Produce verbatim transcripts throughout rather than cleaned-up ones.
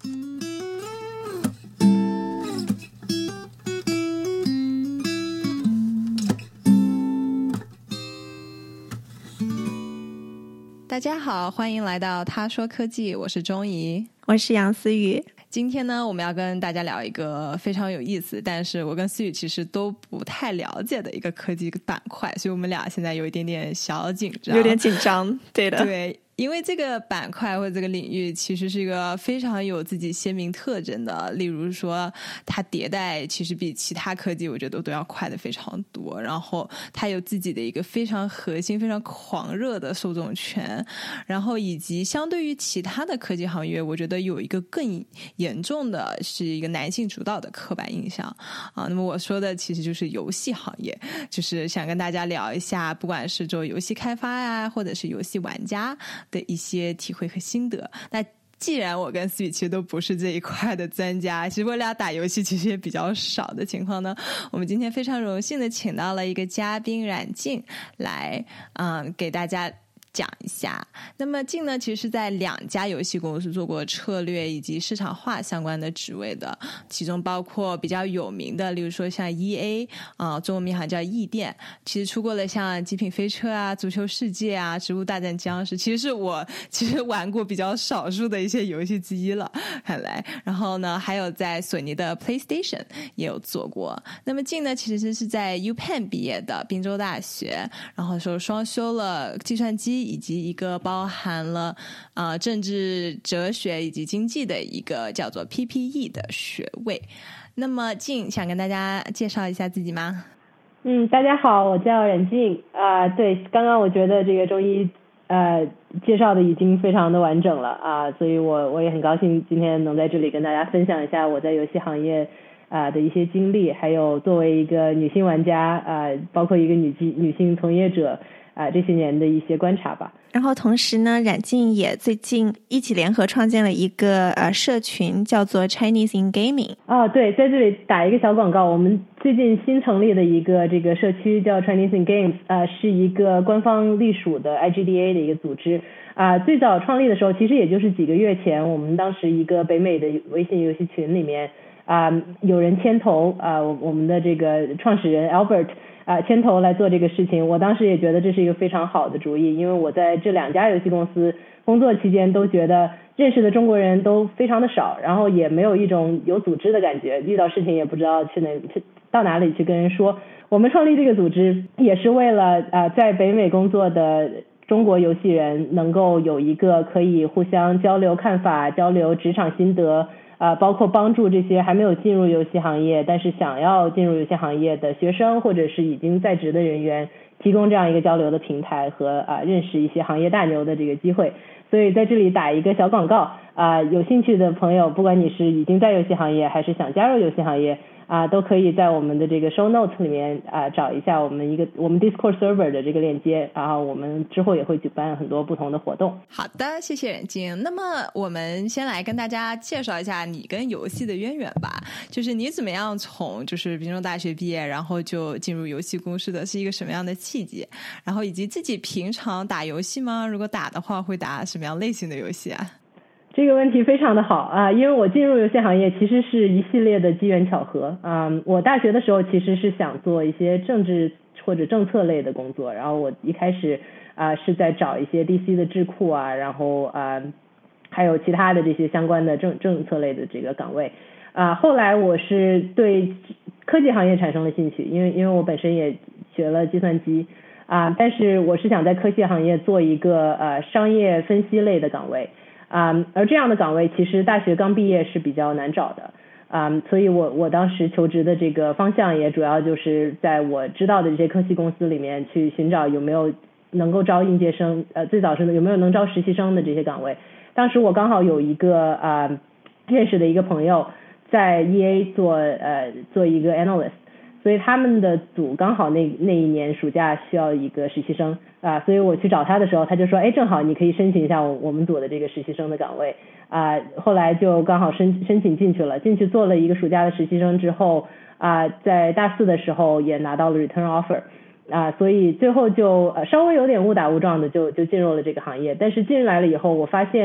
大家好，欢迎来到他说科技，我是钟怡， 我是杨思雨。 今天呢，我们要跟大家聊一个非常有意思，但是我跟思雨其实都不太了解的一个科技板块，所以我们俩现在有一点点小紧张， 有点紧张，对的， 对。因为这个板块或者这个领域其实是一个非常有自己鲜明特征的，例如说它迭代其实比其他科技我觉得都要快的非常多，然后它有自己的一个非常核心非常狂热的受众圈，然后以及相对于其他的科技行业，我觉得有一个更严重的是一个男性主导的刻板印象啊。那么我说的其实就是游戏行业，就是想跟大家聊一下不管是做游戏开发呀，或者是游戏玩家的一些体会和心得。那既然我跟思雨其实都不是这一块的专家，其实我俩打游戏其实也比较少的情况呢，我们今天非常荣幸的请到了一个嘉宾冉静来嗯，给大家讲一下。那么静呢，其实是在两家游戏公司做过策略以及市场化相关的职位的，其中包括比较有名的，例如说像 E A 啊、呃，中文名好像叫易店，其实出过了像极品飞车啊、足球世界啊、植物大战僵尸，其实是我其实玩过比较少数的一些游戏之一了，看来。然后呢，还有在索尼的 PlayStation 也有做过。那么静呢，其实是在 UPenn 毕业的，宾州大学，然后说双修了计算机以及一个包含了呃政治哲学以及经济的一个叫做 P P E 的学位。那么静想跟大家介绍一下自己吗？ 嗯，大家好，我叫冉静啊、呃。对，刚刚我觉得这个周一呃介绍的已经非常的完整了啊、呃，所以我我也很高兴今天能在这里跟大家分享一下我在游戏行业啊、呃、的一些经历，还有作为一个女性玩家啊、呃，包括一个女女性从业者啊、呃、这些年的一些观察吧。 然后同时呢，冉静也最近一起联合创建了一个呃社群，叫做 Chinese in Gaming。 哦，对，在这里打一个小广告，我们最近新成立的一个这个社区叫 Chinese in Games， 呃，是一个官方隶属的 I G D A 的一个组织。啊、呃，最早创立的时候，其实也就是几个月前，我们当时一个北美的微信游戏群里面啊、呃，有人牵头啊、呃，我我们的这个创始人 Albert。啊，牵头来做这个事情，我当时也觉得这是一个非常好的主意，因为我在这两家游戏公司工作期间都觉得认识的中国人都非常的少，然后也没有一种有组织的感觉，遇到事情也不知道去哪去到哪里去跟人说。我们创立这个组织也是为了呃在北美工作的中国游戏人能够有一个可以互相交流看法、交流职场心得。啊、呃，包括帮助这些还没有进入游戏行业，但是想要进入游戏行业的学生，或者是已经在职的人员，提供这样一个交流的平台和啊、呃、认识一些行业大牛的这个机会。所以在这里打一个小广告啊、呃，有兴趣的朋友，不管你是已经在游戏行业，还是想加入游戏行业啊、呃，都可以在我们的这个 show notes 里面啊、呃、找一下我们一个我们 Discord server 的这个链接，然后我们之后也会举办很多不同的活动。 好的，谢谢冉静。那么我们先来跟大家介绍一下你跟游戏的渊源吧，就是你怎么样从就是宾州大学毕业，然后就进入游戏公司的，是一个什么样的契机？然后以及自己平常打游戏吗？如果打的话，会打什么样类型的游戏啊？ 这个问题非常的好啊，因为我进入游戏行业其实是一系列的机缘巧合啊。我大学的时候其实是想做一些政治或者政策类的工作，然后我一开始啊是在找一些 D C 的智库啊，然后啊还有其他的这些相关的政政策类的这个岗位啊。后来我是对科技行业产生了兴趣，因为因为我本身也学了计算机啊，但是我是想在科技行业做一个呃商业分析类的岗位。啊、um, 而这样的岗位其实大学刚毕业是比较难找的啊、um, 所以我我当时求职的这个方向也主要就是在我知道的这些科技公司里面去寻找有没有能够招应届生，呃最早是有没有能招实习生的这些岗位。当时我刚好有一个啊、呃、认识的一个朋友在 E A 做呃做一个 analyst， 所以他们的组刚好那那一年暑假需要一个实习生啊，所以我去找他的时候，他就说，哎，正好你可以申请一下我我们组的这个实习生的岗位啊。后来就刚好申申请进去了，进去做了一个暑假的实习生之后啊，在大四的时候也拿到了 return offer 啊，所以最后就呃稍微有点误打误撞的就就进入了这个行业。但是进来了以后，我发现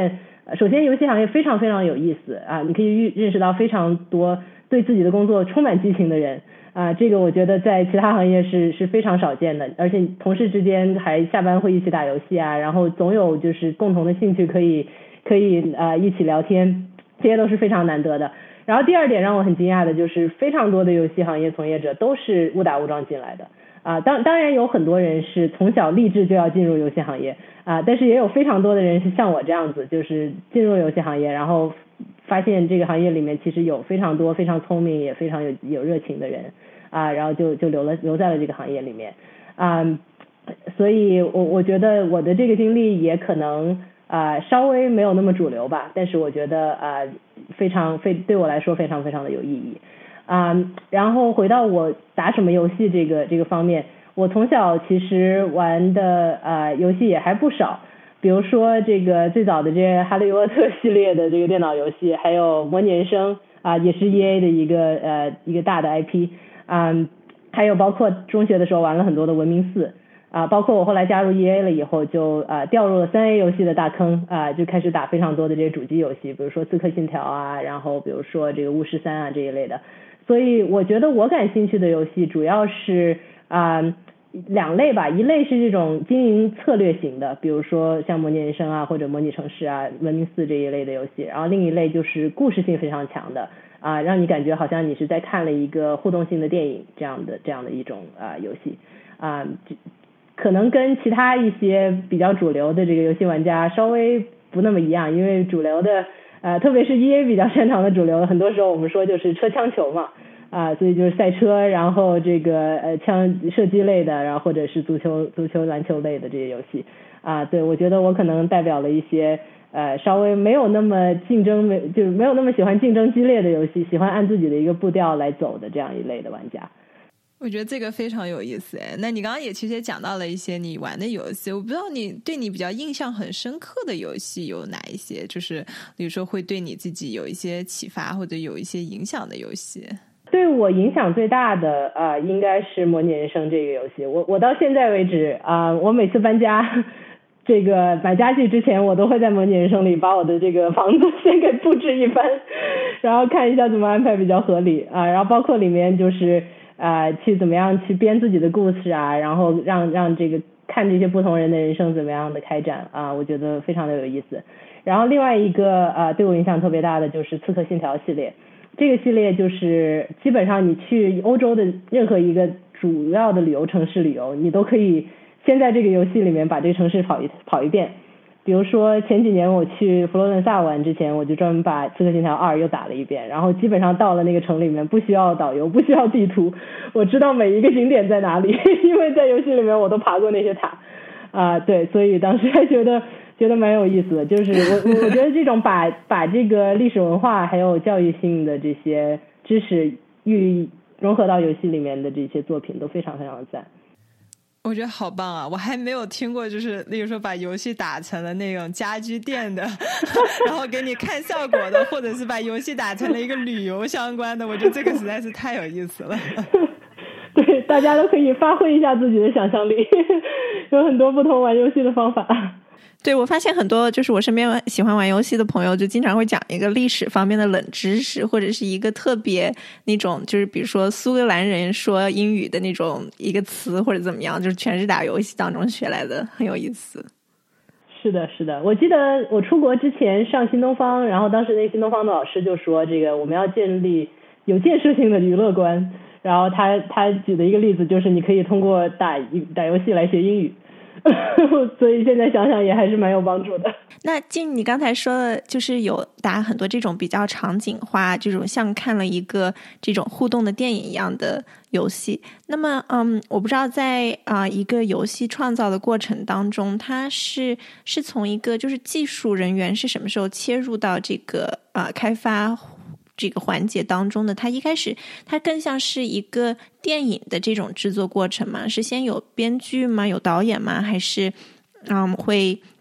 首先游戏行业非常非常有意思啊，你可以认识到非常多对自己的工作充满激情的人啊，这个我觉得在其他行业是是非常少见的，而且同事之间还下班会一起打游戏啊，然后总有就是共同的兴趣可以可以啊一起聊天，这些都是非常难得的。然后第二点让我很惊讶的就是非常多的游戏行业从业者都是误打误撞进来的啊，当当然有很多人是从小立志就要进入游戏行业啊，但是也有非常多的人是像我这样子，就是进入游戏行业，然后发现这个行业里面其实有非常多非常聪明也非常有有热情的人啊，然后就就留了留在了这个行业里面啊，所以我我觉得我的这个经历也可能啊稍微没有那么主流吧，但是我觉得啊非常非对我来说非常非常的有意义啊。然后回到我打什么游戏这个这个方面，我从小其实玩的啊游戏也还不少，比如说这个最早的这些哈利波特系列的这个电脑游戏，还有模拟人生啊，也是 E A 的一个呃一个大的 I P 啊，还有包括中学的时候玩了很多的文明四啊，包括我后来加入 E A 了以后就啊掉入了 三 A 游戏的大坑啊，就开始打非常多的这些主机游戏，比如说刺客信条啊，然后比如说这个巫师三啊这一类的。所以我觉得我感兴趣的游戏主要是啊两类吧，一类是这种经营策略型的，比如说像模拟人生啊或者模拟城市啊文明四这一类的游戏，然后另一类就是故事性非常强的啊，让你感觉好像你是在看了一个互动性的电影这样的这样的一种啊游戏啊，可能跟其他一些比较主流的这个游戏玩家稍微不那么一样，因为主流的呃特别是 E A 比较擅长的主流，很多时候我们说就是车枪球嘛啊，所以就是赛车，然后这个呃枪射击类的，然后或者是足球足球篮球类的这些游戏啊，对，我觉得我可能代表了一些呃稍微没有那么竞争没就是没有那么喜欢竞争激烈的游戏，喜欢按自己的一个步调来走的这样一类的玩家。 我觉得这个非常有意思哎，那你刚刚也其实也讲到了一些你玩的游戏，我不知道你对你比较印象很深刻的游戏有哪一些，就是比如说会对你自己有一些启发或者有一些影响的游戏。 对我影响最大的啊、呃，应该是模拟人生这个游戏。我我到现在为止啊、呃，我每次搬家，这个买家具之前，我都会在模拟人生里把我的这个房子先给布置一番，然后看一下怎么安排比较合理啊、呃。然后包括里面就是啊、呃，去怎么样去编自己的故事啊，然后让让这个看这些不同人的人生怎么样的开展啊、呃，我觉得非常的有意思。然后另外一个啊、呃，对我影响特别大的就是刺客信条系列。这个系列就是基本上你去欧洲的任何一个主要的旅游城市旅游，你都可以先在这个游戏里面把这个城市跑一跑一遍。比如说前几年我去佛罗伦萨玩之前，我就专门把刺客信条二又打了一遍，然后基本上到了那个城里面不需要导游不需要地图，我知道每一个景点在哪里，因为在游戏里面我都爬过那些塔啊、呃，对，所以当时还觉得觉得蛮有意思的，就是我我觉得这种把把这个历史文化还有教育性的这些知识寓融合到游戏里面的这些作品都非常非常的赞。 我觉得好棒啊！我还没有听过，就是例如说把游戏打成了那种家居店的，然后给你看效果的，或者是把游戏打成了一个旅游相关的，我觉得这个实在是太有意思了。 对，大家都可以发挥一下自己的想象力，有很多不同玩游戏的方法。 对，我发现很多就是我身边喜欢玩游戏的朋友就经常会讲一个历史方面的冷知识，或者是一个特别那种就是比如说苏格兰人说英语的那种一个词或者怎么样，就是全是打游戏当中学来的，很有意思。 是的是的，我记得我出国之前上新东方，然后当时那新东方的老师就说这个我们要建立有建设性的娱乐观，然后他他举的一个例子就是你可以通过打打游戏来学英语，所以现在想想也还是蛮有帮助的。 那静你刚才说的就是有打很多这种比较场景化，这种像看了一个这种互动的电影一样的游戏，那么嗯，我不知道在啊、呃、一个游戏创造的过程当中，它是是从一个就是技术人员是什么时候切入到这个啊、呃、开发这个环节当中的？它一开始它更像是一个电影的这种制作过程吗？是先有编剧吗？有导演吗？还是嗯会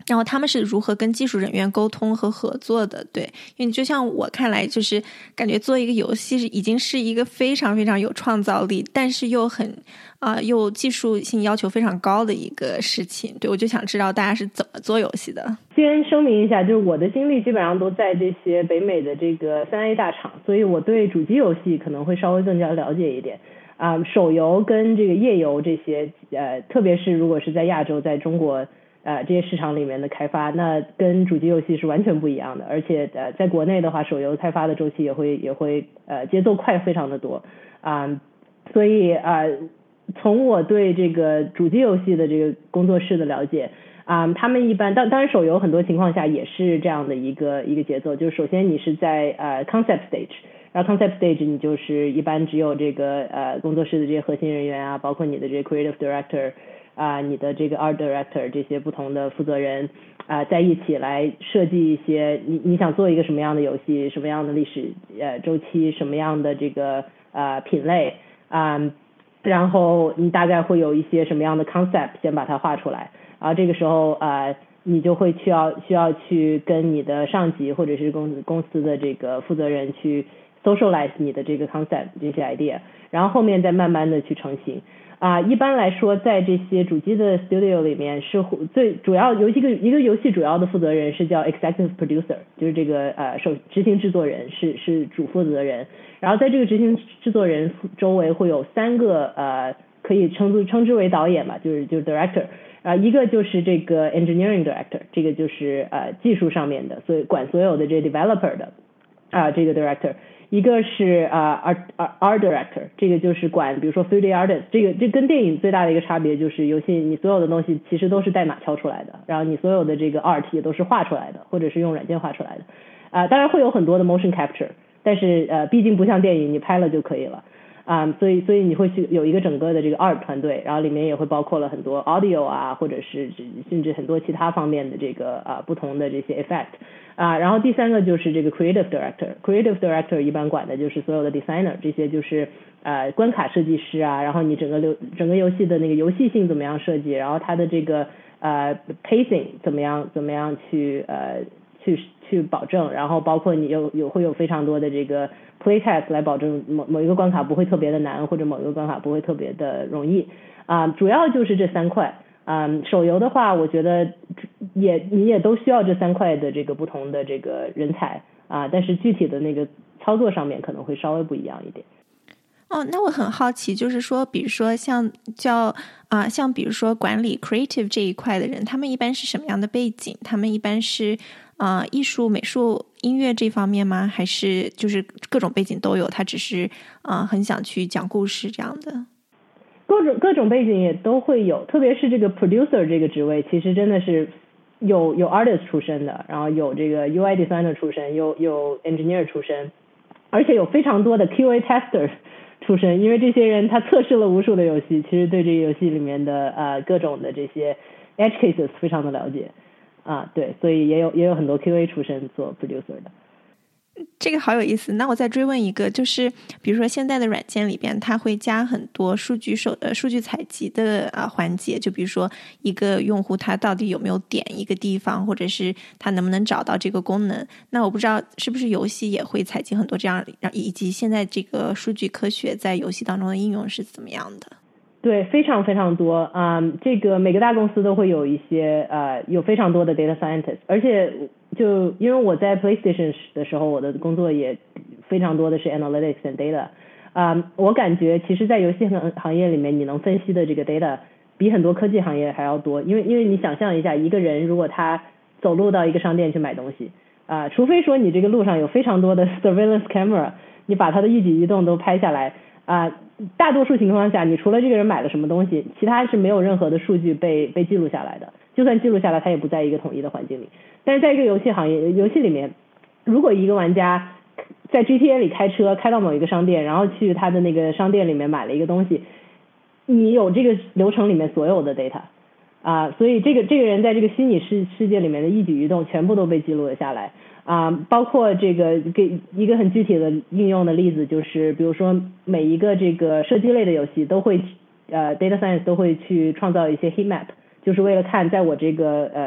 然后他们是如何跟技术人员沟通和合作的。对，因为就像我看来，就是感觉做一个游戏是已经是一个非常非常有创造力，但是又很啊、呃、又技术性要求非常高的一个事情。对，我就想知道大家是怎么做游戏的。 先声明一下，就是我的经历基本上都在这些北美的这个三 A 大厂，所以我对主机游戏可能会稍微更加了解一点啊、呃。手游跟这个页游这些呃，特别是如果是在亚洲，在中国呃，这些市场里面的开发，那跟主机游戏是完全不一样的，而且呃，在国内的话，手游开发的周期也会也会呃节奏快非常的多啊、呃，所以啊、呃，从我对这个主机游戏的这个工作室的了解啊、呃，他们一般当当然手游很多情况下也是这样的一个一个节奏，就是首先你是在呃 concept stage， 然后 concept stage 你就是一般只有这个呃工作室的这些核心人员啊，包括你的这些 creative director。啊、呃，你的这个 art director 这些不同的负责人啊、呃，在一起来设计一些你你想做一个什么样的游戏，什么样的历史呃周期，什么样的这个呃品类啊、呃，然后你大概会有一些什么样的 concept 先把它画出来，然后这个时候呃你就会需要需要去跟你的上级或者是公公司的这个负责人去 socialize 你的这个 concept 这些 idea， 然后后面再慢慢的去成型。啊、呃，一般来说，在这些主机的 studio 里面，是最主要游戏一个一个游戏主要的负责人是叫 executive producer， 就是这个呃首执行制作人是是主负责人。然后在这个执行制作人周围会有三个呃可以称之称之为导演吧，就是就是 director 啊、呃，一个就是这个 engineering director， 这个就是呃技术上面的，所以管所有的这 developer 的啊、呃、这个 director。一个是啊、uh, art art director， 这个就是管比如说 three D artist， 这个这跟电影最大的一个差别就是游戏你所有的东西其实都是代码敲出来的，然后你所有的这个 art 也都是画出来的，或者是用软件画出来的啊、呃，当然会有很多的 motion capture， 但是呃毕竟不像电影你拍了就可以了啊、呃，所以所以你会去有一个整个的这个 art 团队，然后里面也会包括了很多 audio 啊，或者是甚至很多其他方面的这个啊、呃、不同的这些 effect。啊，然后第三个就是这个 creative director，creative director 一般管的就是所有的 designer， 这些就是呃关卡设计师啊，然后你整个流整个游戏的那个游戏性怎么样设计，然后它的这个呃 pacing 怎么样怎么样去呃去去保证，然后包括你有有会有非常多的这个 play test 来保证某某一个关卡不会特别的难，或者某一个关卡不会特别的容易啊、呃，主要就是这三块。嗯，手游的话，我觉得也你也都需要这三块的这个不同的这个人才啊，但是具体的那个操作上面可能会稍微不一样一点。 哦，那我很好奇，就是说，比如说像叫啊、呃，像比如说管理 creative 这一块的人，他们一般是什么样的背景？他们一般是啊、呃、艺术、美术、音乐这方面吗？还是就是各种背景都有？他只是啊、呃、很想去讲故事这样的？ 各种各种背景也都会有，特别是这个 producer 这个职位，其实真的是有有 artist 出身的，然后有这个 U I designer 出身，有有 engineer 出身，而且有非常多的 Q A tester 出身，因为这些人他测试了无数的游戏，其实对这个游戏里面的呃各种的这些 edge cases 非常的了解啊，对，所以也有也有很多 Q A 出身做 producer 的。 这个好有意思。那我再追问一个，就是比如说现在的软件里边，它会加很多数据手呃数据采集的啊、呃、环节，就比如说一个用户他到底有没有点一个地方，或者是他能不能找到这个功能。那我不知道是不是游戏也会采集很多这样，以及现在这个数据科学在游戏当中的应用是怎么样的？ 对，非常非常多啊、嗯！这个每个大公司都会有一些呃，有非常多的 data scientist， 而且就因为我在 PlayStation 的时候，我的工作也非常多的是 analytics and data 啊、嗯，我感觉其实，在游戏行行业里面，你能分析的这个 data 比很多科技行业还要多，因为因为你想象一下，一个人如果他走路到一个商店去买东西啊、呃，除非说你这个路上有非常多的 surveillance camera， 你把他的一举一动都拍下来啊。呃大多数情况下，你除了这个人买了什么东西，其他是没有任何的数据被被记录下来的。就算记录下来，它也不在一个统一的环境里。但是在一个游戏行业，游戏里面，如果一个玩家在 G T A 里开车开到某一个商店，然后去他的那个商店里面买了一个东西，你有这个流程里面所有的 data 啊、呃，所以这个这个人在这个虚拟世世界里面的一举一动全部都被记录了下来。啊、呃，包括这个给一个很具体的应用的例子，就是比如说每一个这个射击类的游戏都会呃 data science 都会去创造一些 heat map， 就是为了看在我这个呃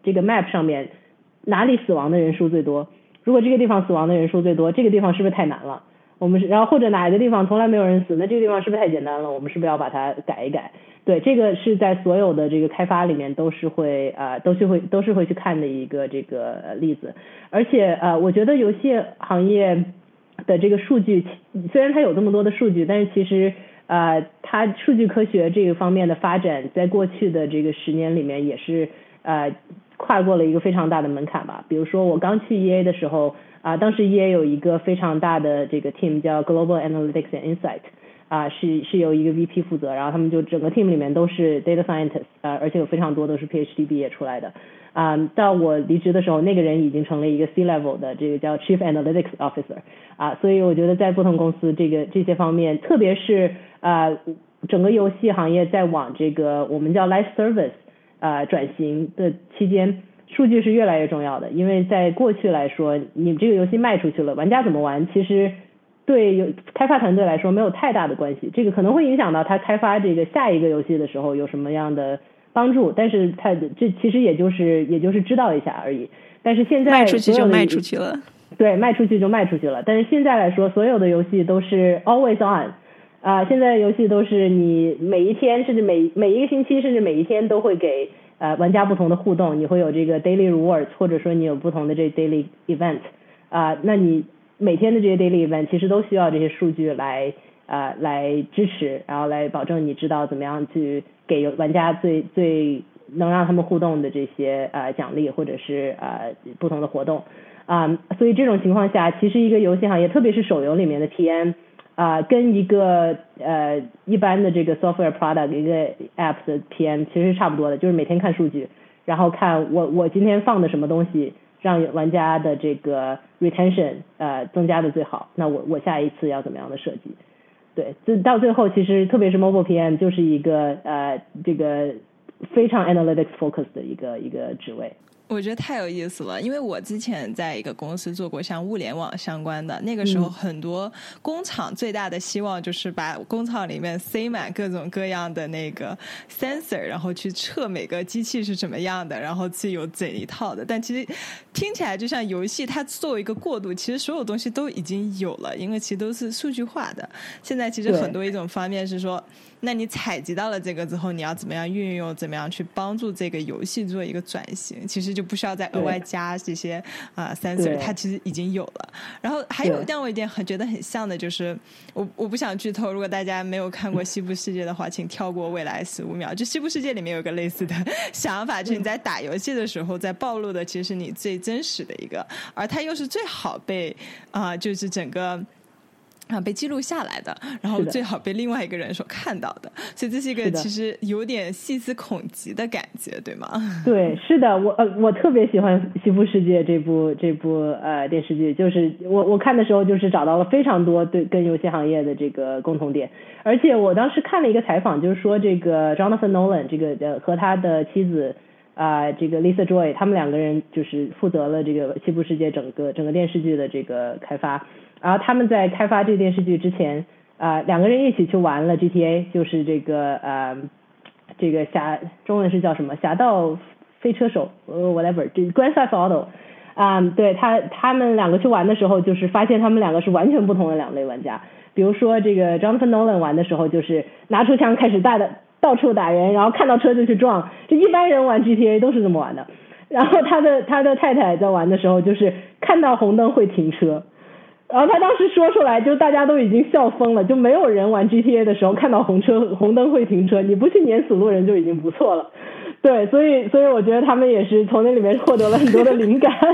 这个 map 上面哪里死亡的人数最多，如果这个地方死亡的人数最多，这个地方是不是太难了，我们是然后或者哪一个地方从来没有人死，那这个地方是不是太简单了，我们是不是要把它改一改。对，这个是在所有的这个开发里面都是会呃都是会都是会去看的一个这个、呃、例子。而且呃我觉得游戏行业的这个数据虽然它有这么多的数据，但是其实呃它数据科学这个方面的发展在过去的这个十年里面也是呃跨过了一个非常大的门槛吧。比如说我刚去 E A 的时候啊、呃、当时 E A 有一个非常大的这个 team 叫 Global Analytics and Insight，啊、呃，是是由一个 V P 负责，然后他们就整个 team 里面都是 data scientists， 呃，而且有非常多都是 P H D 毕业出来的。啊、呃，到我离职的时候，那个人已经成了一个 C level 的这个叫 Chief Analytics Officer， 啊、呃，所以我觉得在不同公司这个这些方面，特别是呃整个游戏行业在往这个我们叫 live service 呃转型的期间，数据是越来越重要的，因为在过去来说，你这个游戏卖出去了，玩家怎么玩，其实对有开发团队来说没有太大的关系，这个可能会影响到他开发这个下一个游戏的时候有什么样的帮助，但是他这其实也就是也就是知道一下而已。但是现在卖出去就卖出去了， 对，卖出去就卖出去了。但是现在来说，所有的游戏都是 always on， 啊、呃，现在游戏都是你每一天甚至每每一个星期甚至每一天都会给呃玩家不同的互动，你会有这个 daily rewards， 或者说你有不同的这 daily event， 啊、呃，那你每天的这些 daily event 其实都需要这些数据来呃来支持，然后来保证你知道怎么样去给玩家最最能让他们互动的这些呃奖励或者是呃不同的活动啊、呃，所以这种情况下，其实一个游戏行业，特别是手游里面的 P M 啊、呃，跟一个呃一般的这个 software product 一个 app 的 P M 其实是差不多的，就是每天看数据，然后看我我今天放的什么东西让玩家的这个 retention 呃增加的最好，那我我下一次要怎么样的设计。对，就到最后其实特别是 mobile P M 就是一个呃这个非常 analytics focus 的一个一个职位。 我觉得太有意思了，因为我之前在一个公司做过像物联网相关的，那个时候很多工厂最大的希望就是把工厂里面塞满各种各样的那个 sensor， 然后去测每个机器是什么样的，然后是有整一套的。但其实听起来就像游戏它作为一个过渡，其实所有东西都已经有了，因为其实都是数据化的。现在其实很多一种方面是说，那你采集到了这个之后，你要怎么样运用，怎么样去帮助这个游戏做一个转型，其实就不需要再额外加这些啊、呃、sensor， 它其实已经有了。然后还有让我一点很觉得很像的就是，我我不想剧透，如果大家没有看过西部世界的话，请跳过未来十五秒。就西部世界里面有一个类似的想法，就是你在打游戏的时候，在暴露的其实是你最真实的一个，而它又是最好被啊、呃，就是整个。啊，被记录下来的，然后最好被另外一个人所看到的，所以这是一个其实有点细思恐极的感觉，对吗？ 对，是的，我呃我特别喜欢《西部世界》这部这部呃电视剧，就是我我看的时候就是找到了非常多对跟游戏行业的这个共同点，而且我当时看了一个采访，就是说这个 Jonathan Nolan 这个呃和他的妻子啊、呃、这个 Lisa Joy 他们两个人就是负责了这个《西部世界》整个整个电视剧的这个开发。然后他们在开发这个电视剧之前，啊、呃，两个人一起去玩了 G T A， 就是这个呃，这个侠中文是叫什么？侠盗飞车手，呃 ，whatever， 这 Grand Theft Auto， 啊、呃，对他他们两个去玩的时候，就是发现他们两个是完全不同的两类玩家。比如说这个 Jonathan Nolan 玩的时候，就是拿出枪开始大的到处打人，然后看到车就去撞，这一般人玩 G T A 都是这么玩的。然后他的他的太太在玩的时候，就是看到红灯会停车。然后他当时说出来，就大家都已经笑疯了，就没有人玩 G T A 的时候看到红车红灯会停车，你不去碾死路人就已经不错了。对，所以所以我觉得他们也是从那里面获得了很多的灵感。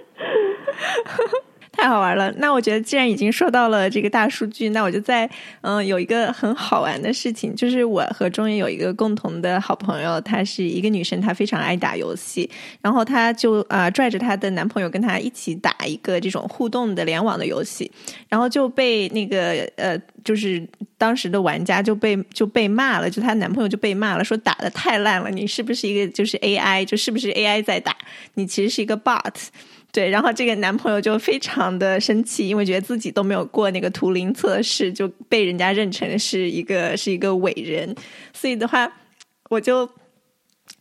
太好玩了。那我觉得既然已经说到了这个大数据，那我就在嗯、呃、有一个很好玩的事情，就是我和钟爷有一个共同的好朋友，她是一个女生，她非常爱打游戏，然后她就呃拽着她的男朋友跟她一起打一个这种互动的联网的游戏，然后就被那个呃就是当时的玩家就被就被骂了，就她男朋友就被骂了，说打得太烂了，你是不是一个就是 A I， 就是不是 A I 在打，你其实是一个 bot。对，然后这个男朋友就非常的生气，因为觉得自己都没有过那个图灵测试，就被人家认成是一个是一个伟人，所以的话，我就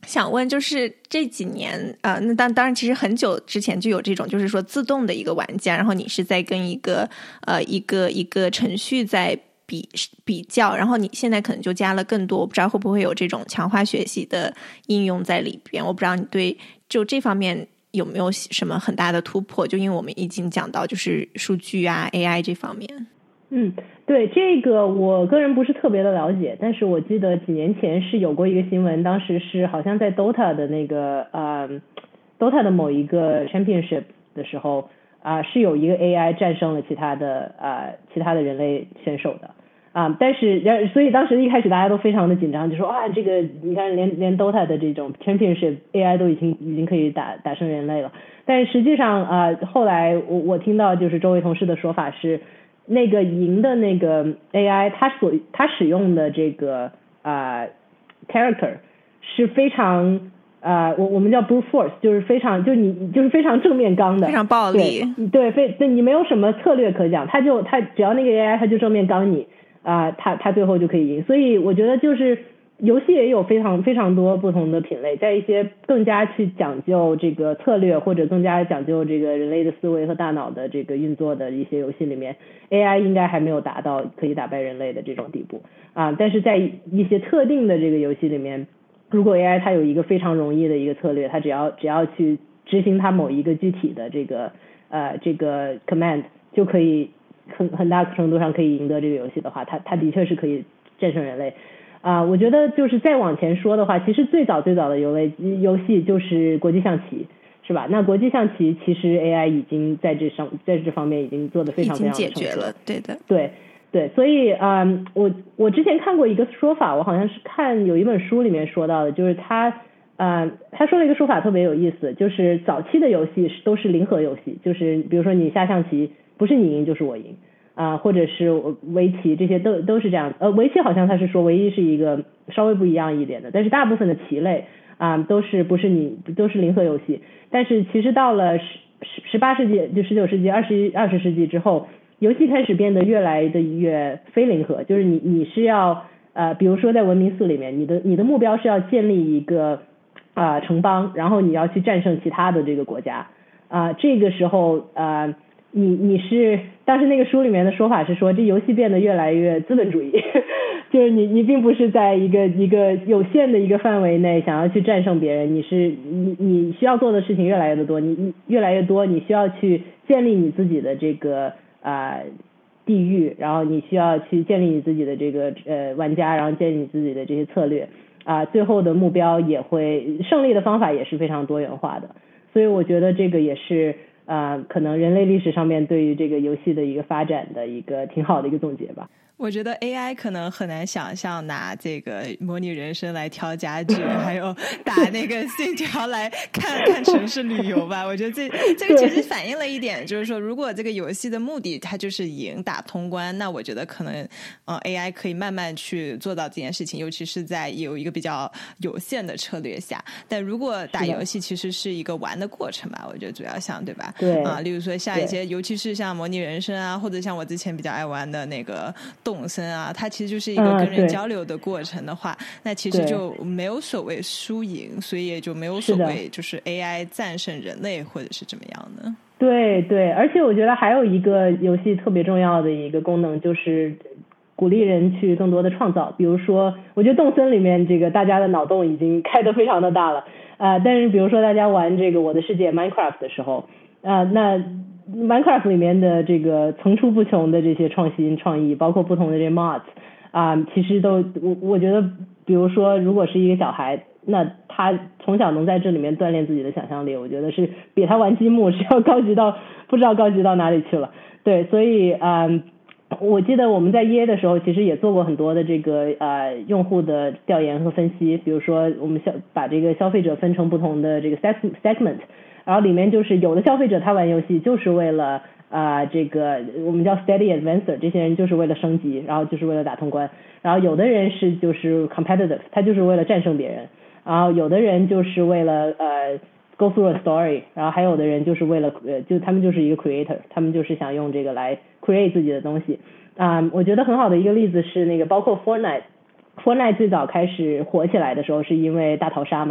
想问，就是这几年，呃，那当当然，其实很久之前就有这种，就是说自动的一个玩家，然后你是在跟一个呃一个一个程序在比比较，然后你现在可能就加了更多，我不知道会不会有这种强化学习的应用在里边，我不知道你对就这方面有没有什么很大的突破？就因为我们已经讲到就是数据啊 A I 这方面。 嗯，对，这个我个人不是特别的了解，但是我记得几年前是有过一个新闻，当时是好像在 Dota 的那个呃 Dota 的某一个 Championship 的时候啊、呃，是有一个 A I 战胜了其他的啊、呃、其他的人类选手的啊、呃，但是所以当时一开始大家都非常的紧张，就说啊这个你看连连 Dota 的这种 Championship A I 都已经已经可以打打胜人类了，但是实际上啊、呃、后来我我听到就是周围同事的说法是。那个赢的那个 A I， 它所它使用的这个啊、呃、character 是非常啊、呃、我我们叫 brute force， 就是非常就是你就是非常正面刚的， 非常暴力， 对对非对你没有什么策略可讲，他就他只要那个 A I 他就正面刚你啊、呃，他他最后就可以赢，所以我觉得就是。游戏也有非常非常多不同的品类，在一些更加去讲究这个策略或者更加讲究这个人类的思维和大脑的这个运作的一些游戏里面 ，A I 应该还没有达到可以打败人类的这种地步啊。但是在一些特定的这个游戏里面，如果 A I 它有一个非常容易的一个策略，它只要只要去执行它某一个具体的这个呃这个 command， 就可以很很大程度上可以赢得这个游戏的话，它它的确是可以战胜人类。啊、呃，我觉得就是再往前说的话，其实最早最早的游类游戏就是国际象棋，是吧？那国际象棋其实 A I 已经在这上在这方面已经做得非常非常解决了，对的， 对对，所以啊、呃，我我之前看过一个说法，我好像是看有一本书里面说到的，就是他呃他说了一个说法特别有意思，就是早期的游戏都是零和游戏，就是比如说你下象棋，不是你赢就是我赢。啊、呃，或者是围棋，这些都都是这样。呃，围棋好像他是说唯一是一个稍微不一样一点的，但是大部分的棋类啊、呃、都是不是你都是零和游戏。但是其实到了十十十八世纪，就十九世纪、二十二十世纪之后，游戏开始变得越来的越非零和，就是你你是要呃，比如说在文明四里面，你的你的目标是要建立一个啊、呃、城邦，然后你要去战胜其他的这个国家啊、呃，这个时候呃。你你是当时那个书里面的说法是说，这游戏变得越来越资本主义，就是你你并不是在一个一个有限的一个范围内想要去战胜别人，你是你你需要做的事情越来越多，你你越来越多，你需要去建立你自己的这个啊、呃、地域，然后你需要去建立你自己的这个呃玩家，然后建立你自己的这些策略啊、呃，最后的目标也会胜利的方法也是非常多元化的，所以我觉得这个也是。啊、呃，可能人类历史上面对于这个游戏的一个发展的一个挺好的一个总结吧。 我觉得 A I 可能很难想象拿这个模拟人生来挑家具，还有打那个信条来看看城市旅游吧。我觉得这这个其实反映了一点，就是说，如果这个游戏的目的它就是赢打通关，那我觉得可能呃 A I 可以慢慢去做到这件事情，尤其是在有一个比较有限的策略下。但如果打游戏其实是一个玩的过程吧，我觉得主要像对吧？ 对啊，例如说像一些，尤其是像模拟人生啊，或者像我之前比较爱玩的那个。动森啊，它其实就是一个跟人交流的过程的话、嗯、那其实就没有所谓输赢，所以也就没有所谓就是 A I 战胜人类或者是怎么样的。 对对，而且我觉得还有一个游戏特别重要的一个功能就是鼓励人去更多的创造，比如说我觉得动森里面这个大家的脑洞已经开得非常的大了呃，但是比如说大家玩这个我的世界 Minecraft 的时候呃，那Minecraft 里面的这个层出不穷的这些创新创意，包括不同的这些 mods 啊、呃，其实都我我觉得，比如说如果是一个小孩，那他从小能在这里面锻炼自己的想象力，我觉得是比他玩积木是要高级到不知道高级到哪里去了。对，所以嗯、呃，我记得我们在 E A 的时候，其实也做过很多的这个呃用户的调研和分析，比如说我们消把这个消费者分成不同的这个 segment。然后里面就是有的消费者他玩游戏就是为了啊、呃、这个我们叫 steady advancer， 这些人就是为了升级，然后就是为了打通关。然后有的人是就是 competitive， 他就是为了战胜别人。然后有的人就是为了呃 go through a story， 然后还有的人就是为了呃就他们就是一个 creator， 他们就是想用这个来 create 自己的东西。啊、呃，我觉得很好的一个例子是那个包括 Fortnite，Fortnite 最早开始火起来的时候是因为大逃杀嘛。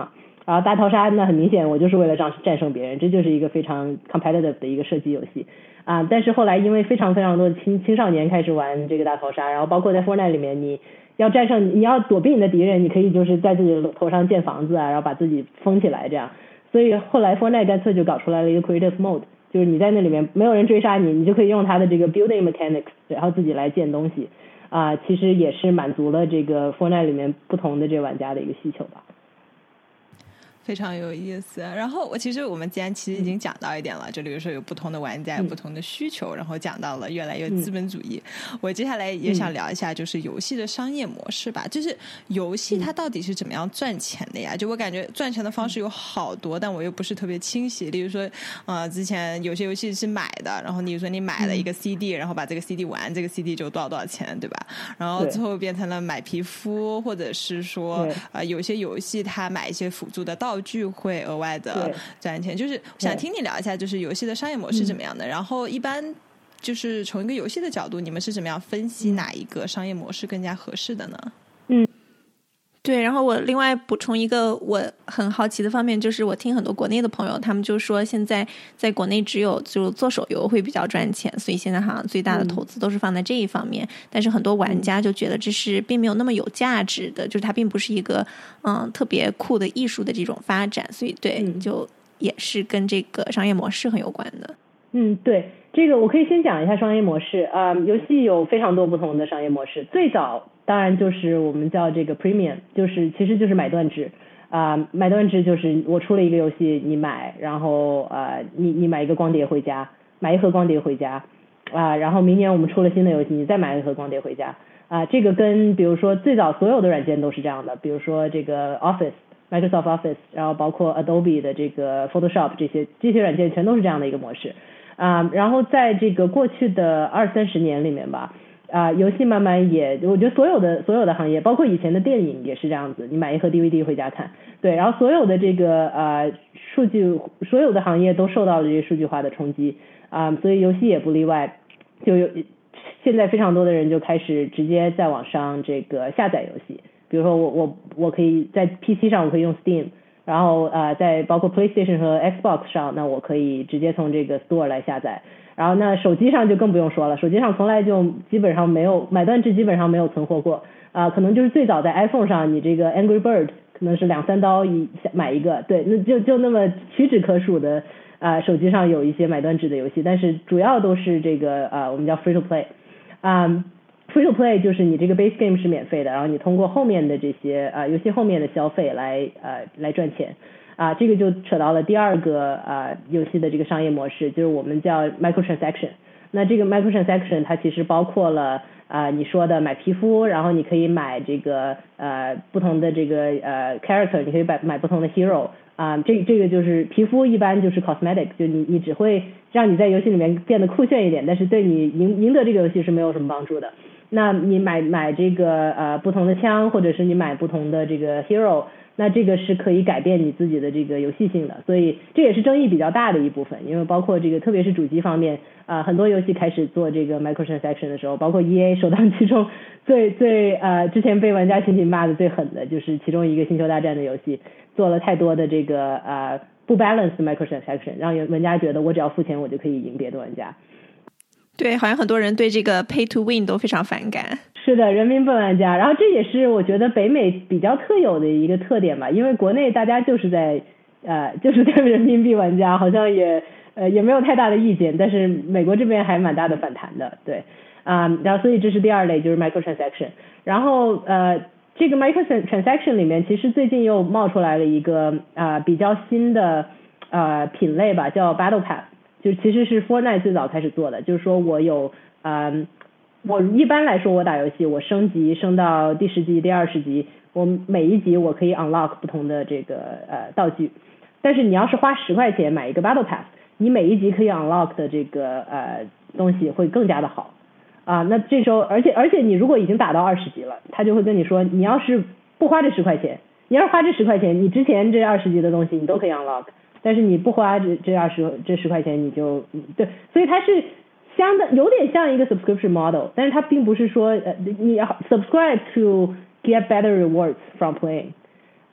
然后大逃杀那很明显我就是为了战战胜别人，这就是一个非常 competitive 的一个射击游戏啊。但是后来因为非常非常多的青青少年开始玩这个大逃杀，然后包括在 Fortnite 里面，你要战胜你要躲避你的敌人，你可以就是在自己的头上建房子啊，然后把自己封起来这样。所以后来 Fortnite 干脆就搞出来了一个 creative mode， 就是你在那里面没有人追杀你，你就可以用它的这个 building mechanics 然后自己来建东西啊，其实也是满足了这个 Fortnite 里面不同的这玩家的一个需求吧。 非常有意思。然后我其实我们既然其实已经讲到一点了，就比如说有不同的玩家有不同的需求，然后讲到了越来越资本主义，我接下来也想聊一下就是游戏的商业模式吧。就是游戏它到底是怎么样赚钱的呀？就我感觉赚钱的方式有好多，但我又不是特别清晰。例如说呃，之前有些游戏是买的，然后你说你买了一个 C D， 然后把这个 C D 玩，这个 C D 就多少多少钱，对吧？然后最后变成了买皮肤，或者是说呃，有些游戏它买一些辅助的道具会额外的赚钱。就是想听你聊一下就是游戏的商业模式怎么样的，然后一般就是从一个游戏的角度，你们是怎么样分析哪一个商业模式更加合适的呢？ 嗯，对，然后我另外补充一个我很好奇的方面，就是我听很多国内的朋友他们就说现在在国内只有就做手游会比较赚钱，所以现在好像最大的投资都是放在这一方面、嗯、但是很多玩家就觉得这是并没有那么有价值的，就是它并不是一个嗯特别酷的艺术的这种发展，所以对、嗯、就也是跟这个商业模式很有关的。 嗯，对，这个我可以先讲一下商业模式啊、呃，游戏有非常多不同的商业模式，最早当然就是我们叫这个 premium， 就是其实就是买断制啊、呃，买断制就是我出了一个游戏你买，然后呃你你买一个光碟回家，买一盒光碟回家啊、呃，然后明年我们出了新的游戏，你再买一盒光碟回家啊、呃，这个跟比如说最早所有的软件都是这样的，比如说这个 Office。Microsoft Office， 然后包括 Adobe 的这个 Photoshop 这些这些软件全都是这样的一个模式啊、呃。然后在这个过去的二三十年里面吧，啊、呃，游戏慢慢也，我觉得所有的所有的行业，包括以前的电影也是这样子，你买一盒 D V D 回家看，对，然后所有的这个呃数据，所有的行业都受到了这些数据化的冲击啊、呃，所以游戏也不例外，就有现在非常多的人就开始直接在网上这个下载游戏。比如说我我我可以在 P C 上我可以用 Steam， 然后呃在包括 PlayStation 和 Xbox 上，那我可以直接从这个 Store 来下载。然后那手机上就更不用说了，手机上从来就基本上没有买断制，基本上没有存活过啊、呃，可能就是最早在 iPhone 上，你这个 Angry Bird 可能是两三刀一买一个，对，那就就那么屈指可数的啊、呃，手机上有一些买断制的游戏，但是主要都是这个呃我们叫 Free to Play 啊、呃。Free to play 就是你这个 base game 是免费的，然后你通过后面的这些呃游戏后面的消费来呃来赚钱啊、呃，这个就扯到了第二个呃游戏的这个商业模式，就是我们叫 microtransaction。那这个 microtransaction 它其实包括了啊、呃、你说的买皮肤，然后你可以买这个呃不同的这个呃 character， 你可以买买不同的 hero 啊、呃，这这个就是皮肤一般就是 cosmetic， 就你你只会让你在游戏里面变得酷炫一点，但是对你赢赢得这个游戏是没有什么帮助的。那你买买这个呃不同的枪，或者是你买不同的这个 hero， 那这个是可以改变你自己的这个游戏性的，所以这也是争议比较大的一部分，因为包括这个特别是主机方面啊、呃，很多游戏开始做这个 microtransaction 的时候，包括 E A 首当其冲，最最呃之前被玩家群体骂的最狠的就是其中一个星球大战的游戏做了太多的这个呃不 balance microtransaction， 让玩家觉得我只要付钱我就可以赢别的玩家。 对，好像很多人对这个 pay to win 都非常反感。 是的，人民币玩家，然后这也是我觉得北美比较特有的一个特点吧，因为国内大家就是在呃就是在人民币玩家，好像也呃也没有太大的意见，但是美国这边还蛮大的反弹的，对啊、呃，然后所以这是第二类，就是 microtransaction， 然后呃这个 microtransaction 里面其实最近又冒出来了一个啊、呃、比较新的呃品类吧，叫 Battle Pass。就其实是 Fortnite 最早开始做的，就是说我有呃，我一般来说我打游戏，我升级升到第十级、第二十级，我每一级我可以 unlock 不同的这个呃道具，但是你要是花十块钱买一个 Battle Pass， 你每一级可以 unlock 的这个呃东西会更加的好啊、呃。那这时候，而且而且你如果已经打到二十级了，他就会跟你说，你要是不花这十块钱，你要是花这十块钱，你之前这二十级的东西你都可以 unlock。但是你不花这这二十这十块钱你就对，所以它是相当有点像一个 subscription model， 但是它并不是说呃你要 subscribe to get better rewards from playing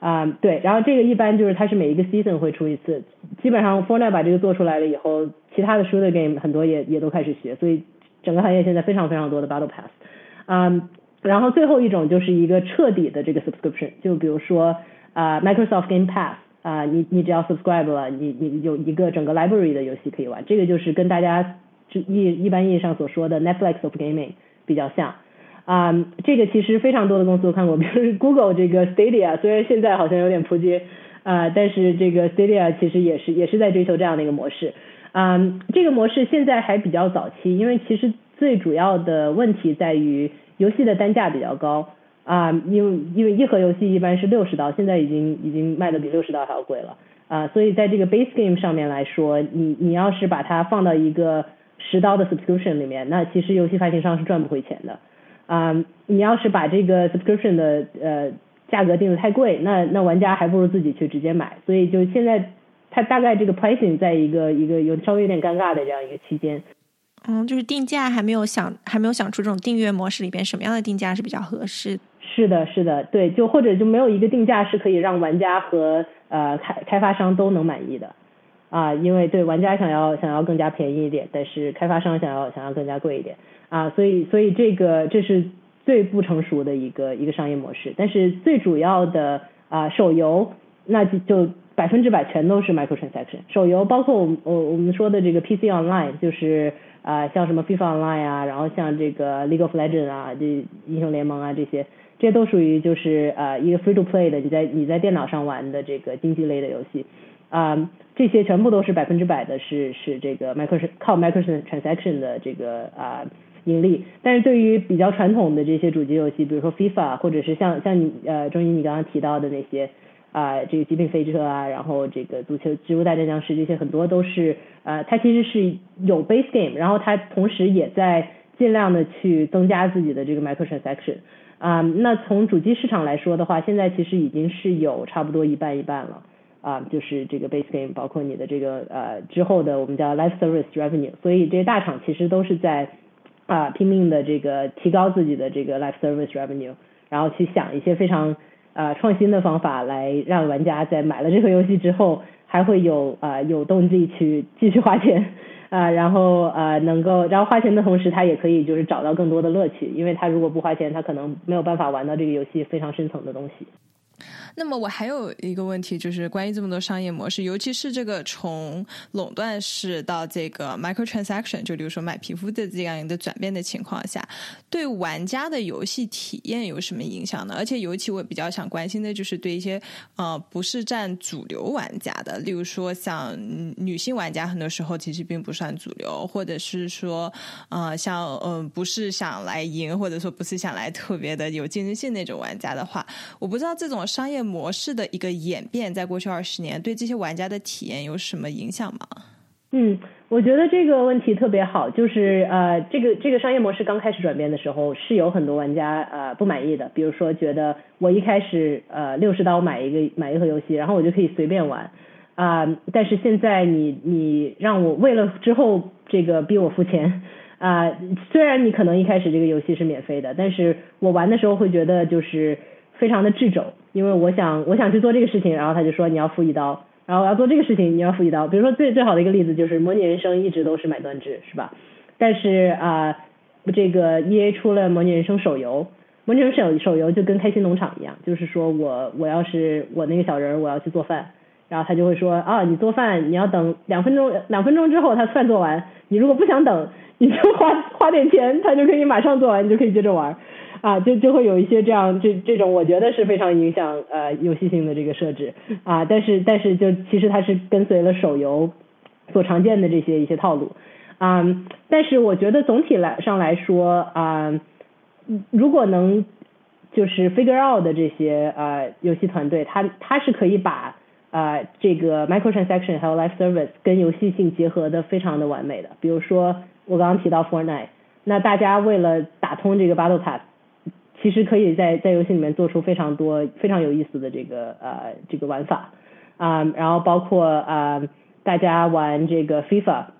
啊、呃，对，然后这个一般就是它是每一个 season 会出一次，基本上 Fortnite 把这个做出来了以后，其他的 shooter game 很多也也都开始学，所以整个行业现在非常非常多的 Battle Pass， 啊、呃，然后最后一种就是一个彻底的这个 subscription， 就比如说啊、呃、Microsoft Game Pass。啊、呃，你你只要 subscribe 了，你你有一个整个 library 的游戏可以玩，这个就是跟大家一一般意义上所说的 Netflix of gaming 比较像。啊、呃，这个其实非常多的公司都看过，比如 Google 这个 Stadia， 虽然现在好像有点扑街，啊、呃，但是这个 Stadia 其实也是也是在追求这样的一个模式。啊、呃，这个模式现在还比较早期，因为其实最主要的问题在于游戏的单价比较高。啊、uh, 因为因为一盒游戏一般是六十刀，现在已经已经卖的比六十刀还要贵了啊、uh, 所以在这个 base game 上面来说，你你要是把它放到一个十刀的 subscription 里面，那其实游戏发行商是赚不回钱的啊、uh, 你要是把这个 subscription 的呃价格定得太贵，那那玩家还不如自己去直接买，所以就现在它大概这个 pricing 在一个一个有稍微有点尴尬的这样一个期间。 嗯，就是定价还没有想还没有想出这种订阅模式里边什么样的定价是比较合适。 是的，是的，对，就或者就没有一个定价是可以让玩家和呃开开发商都能满意的啊，因为对玩家想要想要更加便宜一点，但是开发商想要想要更加贵一点啊，所以所以这个这是最不成熟的一个一个商业模式，但是最主要的啊手游那就就百分之百全都是 microtransaction， 手游包括我们我我们说的这个 P C Online 就是啊、呃、像什么 FIFA Online 啊，然后像这个 League of Legends 啊，这英雄联盟啊这些。这些都属于就是呃一个 free to play 的，你在你在电脑上玩的这个竞技类的游戏，啊、呃，这些全部都是百分之百的是是这个 micro 靠 micro transaction 的这个啊、呃、盈利。但是对于比较传统的这些主机游戏，比如说 FIFA 或者是像像你呃钟怡你刚刚提到的那些啊、呃、这个极品飞车啊，然后这个足球植物大战僵尸这些很多都是呃它其实是有 base game， 然后它同时也在尽量的去增加自己的这个 micro transaction。啊、呃，那从主机市场来说的话，现在其实已经是有差不多一半一半了啊、呃，就是这个 base game 包括你的这个呃之后的我们叫 live service revenue， 所以这些大厂其实都是在啊、呃、拼命的这个提高自己的这个 live service revenue， 然后去想一些非常呃创新的方法来让玩家在买了这个游戏之后还会有啊、呃、有动力去继续花钱。啊、呃，然后呃，能够，然后花钱的同时，他也可以就是找到更多的乐趣，因为他如果不花钱，他可能没有办法玩到这个游戏非常深层的东西。 那么我还有一个问题，就是关于这么多商业模式，尤其是这个从垄断式到这个 microtransaction， 就比如说买皮肤的这样一个转变的情况下，对玩家的游戏体验有什么影响呢？而且尤其我比较想关心的就是对一些呃不是占主流玩家的，例如说像女性玩家很多时候其实并不算主流，或者是说呃像嗯、呃、不是想来赢，或者说不是想来特别的有竞争性那种玩家的话，我不知道这种商业模式的一个演变在过去二十年对这些玩家的体验有什么影响吗？ 嗯，我觉得这个问题特别好，就是呃，这个这个商业模式刚开始转变的时候，是有很多玩家呃不满意的，比如说觉得我一开始呃六十刀买一个买一盒游戏，然后我就可以随便玩啊、呃，但是现在你你让我为了之后这个逼我付钱啊、呃，虽然你可能一开始这个游戏是免费的，但是我玩的时候会觉得就是非常的掣肘，因为我想我想去做这个事情，然后他就说你要付一刀。然后我要做这个事情，你要付一刀。比如说最最好的一个例子就是模拟人生一直都是买断制，是吧？但是啊、呃，这个 E A 出了模拟人生手游，模拟人生手游就跟开心农场一样，就是说我我要是我那个小人我要去做饭，然后他就会说啊，你做饭你要等两分钟，两分钟之后他饭做完，你如果不想等，你就花花点钱，他就可以马上做完，你就可以接着玩。啊，就就会有一些这样这这种我觉得是非常影响呃游戏性的这个设置啊，但是但是就其实它是跟随了手游所常见的这些一些套路啊，但是我觉得总体来上来说啊，如果能就是 figure out 的这些呃游戏团队，它它是可以把呃这个 microtransaction 还有 live service 跟游戏性结合的非常的完美的，比如说我刚刚提到 Fortnite， 那大家为了打通这个 Battle Pass。其实可以在在游戏里面做出非常多非常有意思的这个呃这个玩法啊、呃，然后包括啊、呃、大家玩这个 FIFA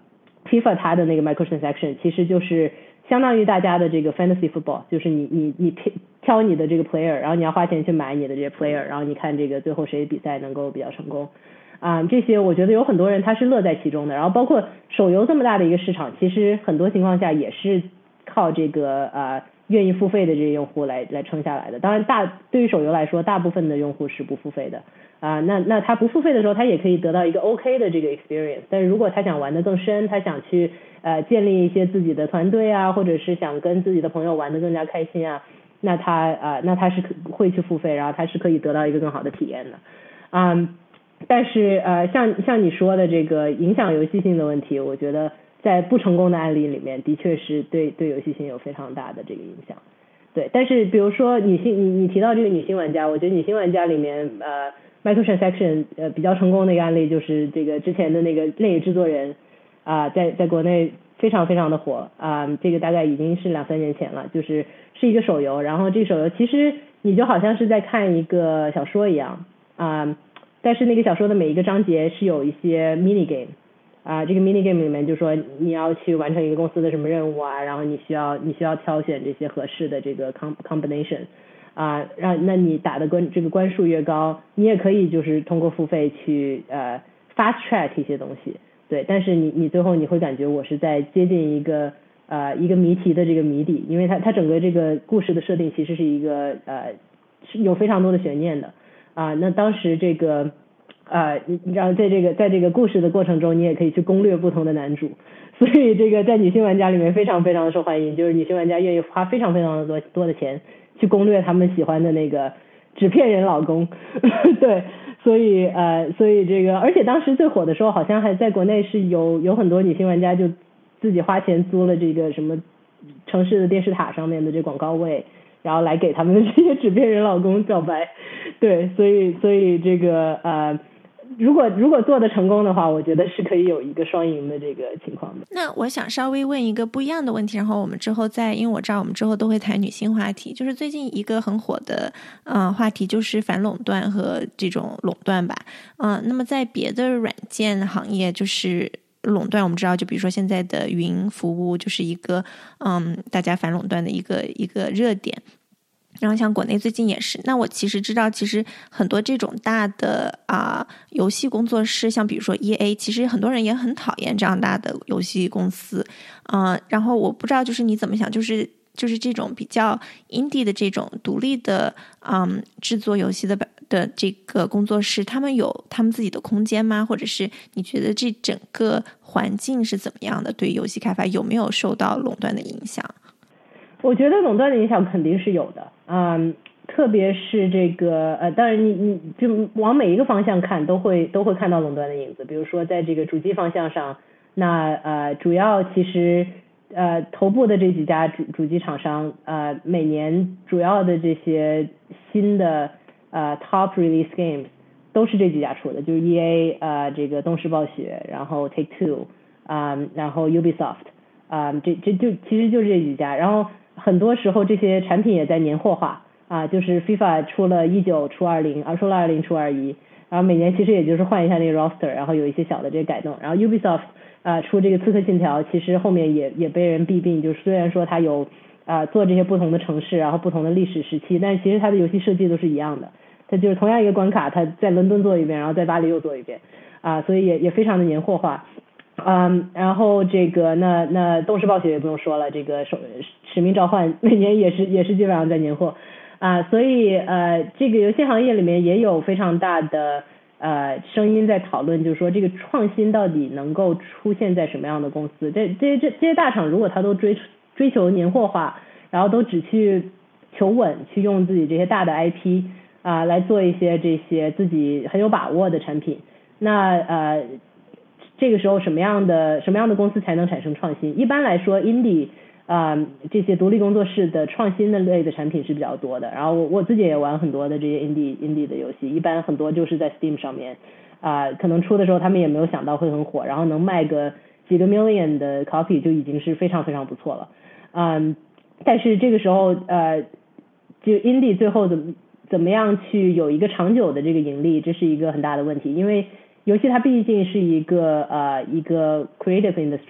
FIFA 它的那个 microtransaction 其实就是相当于大家的这个 fantasy football， 就是你你你挑你的这个 player， 然后你要花钱去买你的这些 player， 然后你看这个最后谁比赛能够比较成功啊、呃，这些我觉得有很多人他是乐在其中的。然后包括手游这么大的一个市场，其实很多情况下也是靠这个呃愿意付费的这些用户来来撑下来的。当然大对于手游来说，大部分的用户是不付费的啊、呃，那那他不付费的时候，他也可以得到一个 OK 的这个 experience。但是如果他想玩得更深，他想去呃建立一些自己的团队啊，或者是想跟自己的朋友玩得更加开心啊，那他啊、呃、那他是会去付费，然后他是可以得到一个更好的体验的。嗯，但是呃像像你说的这个影响游戏性的问题，我觉得在不成功的案例里面的确是对对游戏性有非常大的这个影响。对，但是比如说女性你你提到这个女性玩家，我觉得女性玩家里面呃 microtransaction 呃比较成功的一个案例就是这个之前的那个恋与制作人啊、呃、在在国内非常非常的火啊、呃、这个大概已经是两三年前了，就是是一个手游，然后这个手游其实你就好像是在看一个小说一样啊、呃、但是那个小说的每一个章节是有一些 mini game 啊、呃、这个 mini game 里面就说你要去完成一个公司的什么任务啊，然后你需要你需要挑选这些合适的这个 combination 啊、呃、让那你打的关这个关数越高，你也可以就是通过付费去呃 fast track 一些东西。对，但是你你最后你会感觉我是在接近一个呃一个谜题的这个谜底，因为它它整个这个故事的设定其实是一个呃是有非常多的悬念的啊、呃。那当时这个呃你然后在这个在这个故事的过程中，你也可以去攻略不同的男主，所以这个在女性玩家里面非常非常的受欢迎，就是女性玩家愿意花非常非常的多多的钱去攻略他们喜欢的那个纸片人老公对。所以呃，所以这个，而且当时最火的时候，好像还在国内是有有很多女性玩家就自己花钱租了这个什么城市的电视塔上面的这广告位，然后来给他们的这些纸片人老公表白。对，所以所以这个呃，如果如果做的成功的话，我觉得是可以有一个双赢的这个情况的。 那我想稍微问一个不一样的问题，然后我们之后再，因为我知道我们之后都会谈女性话题，就是最近一个很火的呃话题就是反垄断和这种垄断吧。嗯、呃，那么在别的软件行业，就是垄断，我们知道，就比如说现在的云服务就是一个嗯大家反垄断的一个一个热点。然后像国内最近也是，那我其实知道，其实很多这种大的啊、呃、游戏工作室，像比如说 E A， 其实很多人也很讨厌这样大的游戏公司，嗯、呃，然后我不知道就是你怎么想，就是就是这种比较 indie 的这种独立的嗯制作游戏的的这个工作室，他们有他们自己的空间吗？或者是你觉得这整个环境是怎么样的？对游戏开发有没有受到垄断的影响？ 我觉得垄断的影响肯定是有的，嗯，特别是这个呃，当然你你就往每一个方向看，都会都会看到垄断的影子。比如说在这个主机方向上，那呃主要其实呃头部的这几家主主机厂商，呃每年主要的这些新的呃 top release games 都是这几家出的，就是 E A 呃这个动视暴雪，然后 Take Two 啊、呃，然后 Ubisoft 啊、呃，这这就其实就是这几家，然后很多时候这些产品也在年货化啊，就是 FIFA 出了一九出二零，啊出了二零出二一，然后每年其实也就是换一下那个 roster， 然后有一些小的这个改动。然后 Ubisoft 啊出这个刺客信条，其实后面也也被人弊病，就是虽然说它有啊做这些不同的城市，然后不同的历史时期，但是其实它的游戏设计都是一样的，它就是同样一个关卡，它在伦敦做一遍，然后在巴黎又做一遍啊，所以也也非常的年货化。嗯，然后这个那那动视暴雪也不用说了，这个使使命召唤每年也是也是基本上在年货啊，所以呃这个游戏行业里面也有非常大的呃声音在讨论，就是说这个创新到底能够出现在什么样的公司？这这这这些大厂如果他都追追求年货化，然后都只去求稳，去用自己这些大的 I P 啊来做一些这些自己很有把握的产品，那呃。这个时候什么样的什么样的公司才能产生创新？一般来说 indie 啊、呃、这些独立工作室的创新的类的产品是比较多的，然后我我自己也玩很多的这些 indie indie 的游戏，一般很多就是在 Steam 上面啊、呃、可能出的时候他们也没有想到会很火，然后能卖个几个 million 的 copy 就已经是非常非常不错了。嗯，但是这个时候呃就 indie 最后怎么怎么样去有一个长久的这个盈利，这是一个很大的问题，因为游戏它毕竟是一个呃一个 creative industry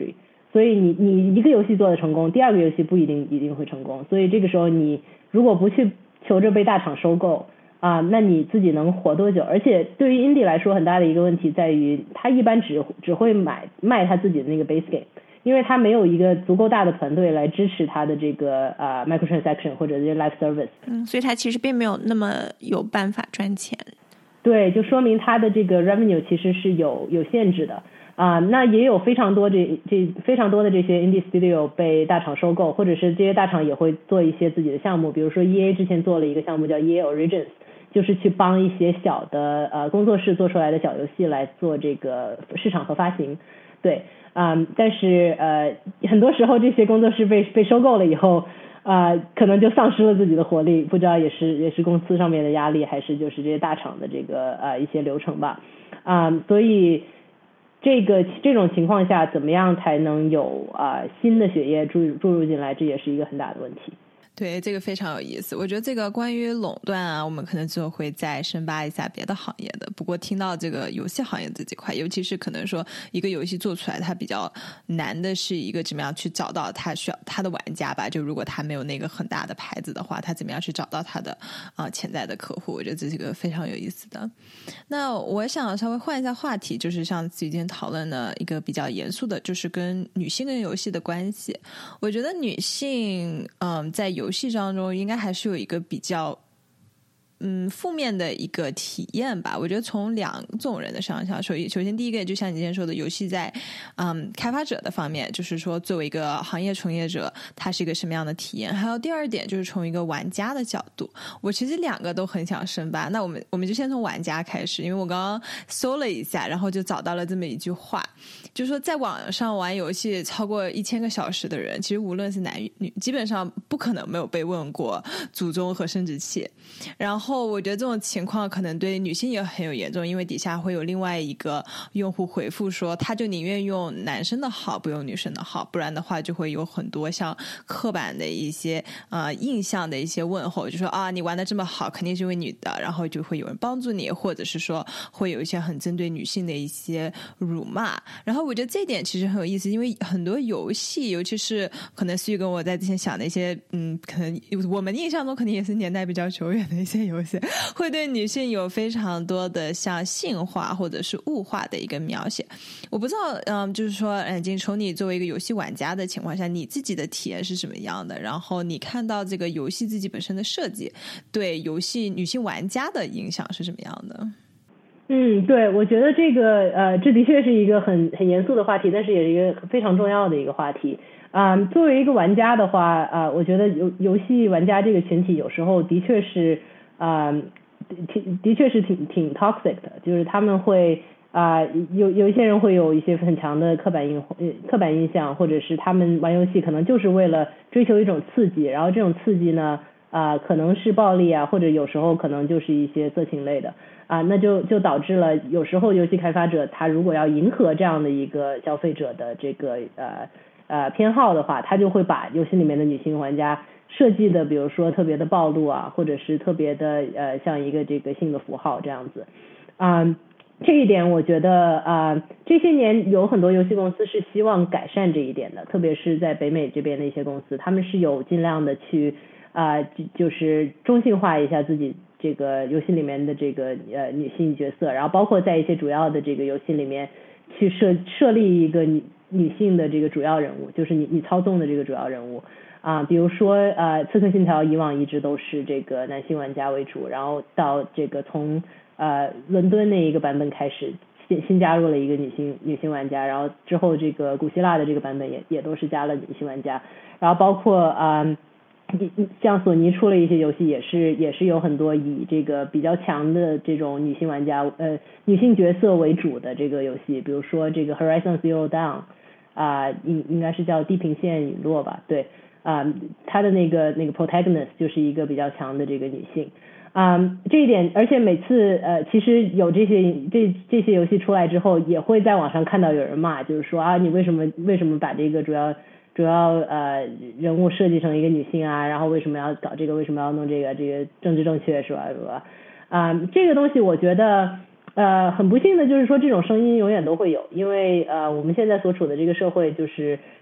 所以你你一个游戏做的成功，第二个游戏不一定一定会成功，所以这个时候你如果不去求着被大厂收购啊、呃，那你自己能活多久？而且对于 indie 来说，很大的一个问题在于，他一般只只会买卖他自己的那个 base game， 因为他没有一个足够大的团队来支持他的这个呃 microtransaction 或者这些 live service。 嗯，所以他其实并没有那么有办法赚钱。 对，就说明他的这个 revenue 其实是有有限制的。啊、呃，那也有非常多这这非常多的这些 indie studio 被大厂收购，或者是这些大厂也会做一些自己的项目，比如说 E A 之前做了一个项目叫 E A Origins， 就是去帮一些小的呃工作室做出来的小游戏来做这个市场和发行。对，嗯，但是呃很多时候这些工作室被被收购了以后，呃可能就丧失了自己的活力，不知道也是也是公司上面的压力，还是就是这些大厂的这个呃一些流程吧。啊、呃，所以。这个这种情况下，怎么样才能有啊、呃、新的血液注注入进来？这也是一个很大的问题。 对，这个非常有意思。我觉得这个关于垄断啊，我们可能之后会再深扒一下别的行业的。不过听到这个游戏行业这几块，尤其是可能说一个游戏做出来，它比较难的是一个怎么样去找到它需要它的玩家吧。就如果它没有那个很大的牌子的话，它怎么样去找到它的啊、呃、潜在的客户？我觉得这是一个非常有意思的。那我想稍微换一下话题，就是上次已经讨论了一个比较严肃的，就是跟女性跟游戏的关系。我觉得女性嗯在游戏当中应该还是有一个比较嗯负面的一个体验吧。我觉得从两种人的上下，首首先第一个就像你之前说的，游戏在嗯开发者的方面，就是说作为一个行业从业者，它是一个什么样的体验。还有第二点就是从一个玩家的角度，我其实两个都很想深扒。那我们我们就先从玩家开始，因为我刚刚搜了一下，然后就找到了这么一句话，就是说在网上玩游戏超过一千个小时的人，其实无论是男女，基本上不可能没有被问过祖宗和生殖器。然后我觉得这种情况可能对女性也很有严重，因为底下会有另外一个用户回复说，他就宁愿用男生的号不用女生的号，不然的话就会有很多像刻板的一些呃印象的一些问候，就说啊你玩的这么好肯定是因为女的，然后就会有人帮助你，或者是说会有一些很针对女性的一些辱骂。然后我觉得这点其实很有意思，因为很多游戏尤其是可能思雨跟我在之前想的一些嗯，可能我们印象中肯定也是年代比较久远的一些游戏，会对女性有非常多的像性化或者是物化的一个描写。我不知道嗯，就是说嗯，从你作为一个游戏玩家的情况下，你自己的体验是什么样的，然后你看到这个游戏自己本身的设计对游戏女性玩家的影响是什么样的？ 嗯，对，我觉得这个呃，这的确是一个很很严肃的话题，但是也是一个非常重要的一个话题。啊、嗯，作为一个玩家的话，啊、呃，我觉得游游戏玩家这个群体有时候的确是啊、呃，挺的确是挺挺 toxic 的，就是他们会啊、呃、有有一些人会有一些很强的刻板印刻板印象，或者是他们玩游戏可能就是为了追求一种刺激，然后这种刺激呢啊、呃、可能是暴力啊，或者有时候可能就是一些色情类的。啊，那就就导致了有时候游戏开发者他如果要迎合这样的一个消费者的这个呃呃偏好的话，他就会把游戏里面的女性玩家设计的比如说特别的暴露啊，或者是特别的呃像一个这个性的符号这样子。啊、嗯，这一点我觉得啊、呃、这些年有很多游戏公司是希望改善这一点的，特别是在北美这边的一些公司，他们是有尽量的去啊、呃、就是中性化一下自己这个游戏里面的这个呃女性角色，然后包括在一些主要的这个游戏里面去设设立一个女女性的这个主要人物，就是你你操纵的这个主要人物啊、呃，比如说呃刺客信条以往一直都是这个男性玩家为主，然后到这个从呃伦敦那一个版本开始新新加入了一个女性女性玩家，然后之后这个古希腊的这个版本也也都是加了女性玩家，然后包括啊。呃像索尼出了一些游戏，也是也是有很多以这个比较强的这种女性玩家呃女性角色为主的这个游戏，比如说这个 Horizon Zero Dawn 啊、呃，应应该是叫地平线陨落吧，对啊、呃，它的那个那个 protagonist 就是一个比较强的这个女性啊、呃，这一点，而且每次呃其实有这些这这些游戏出来之后，也会在网上看到有人骂，就是说啊你为什么为什么把这个主要主要呃人物设计成一个女性啊，然后为什么要搞这个，为什么要弄这个，这个政治正确是吧是吧啊、呃、这个东西我觉得呃很不幸的就是说这种声音永远都会有，因为呃我们现在所处的这个社会就是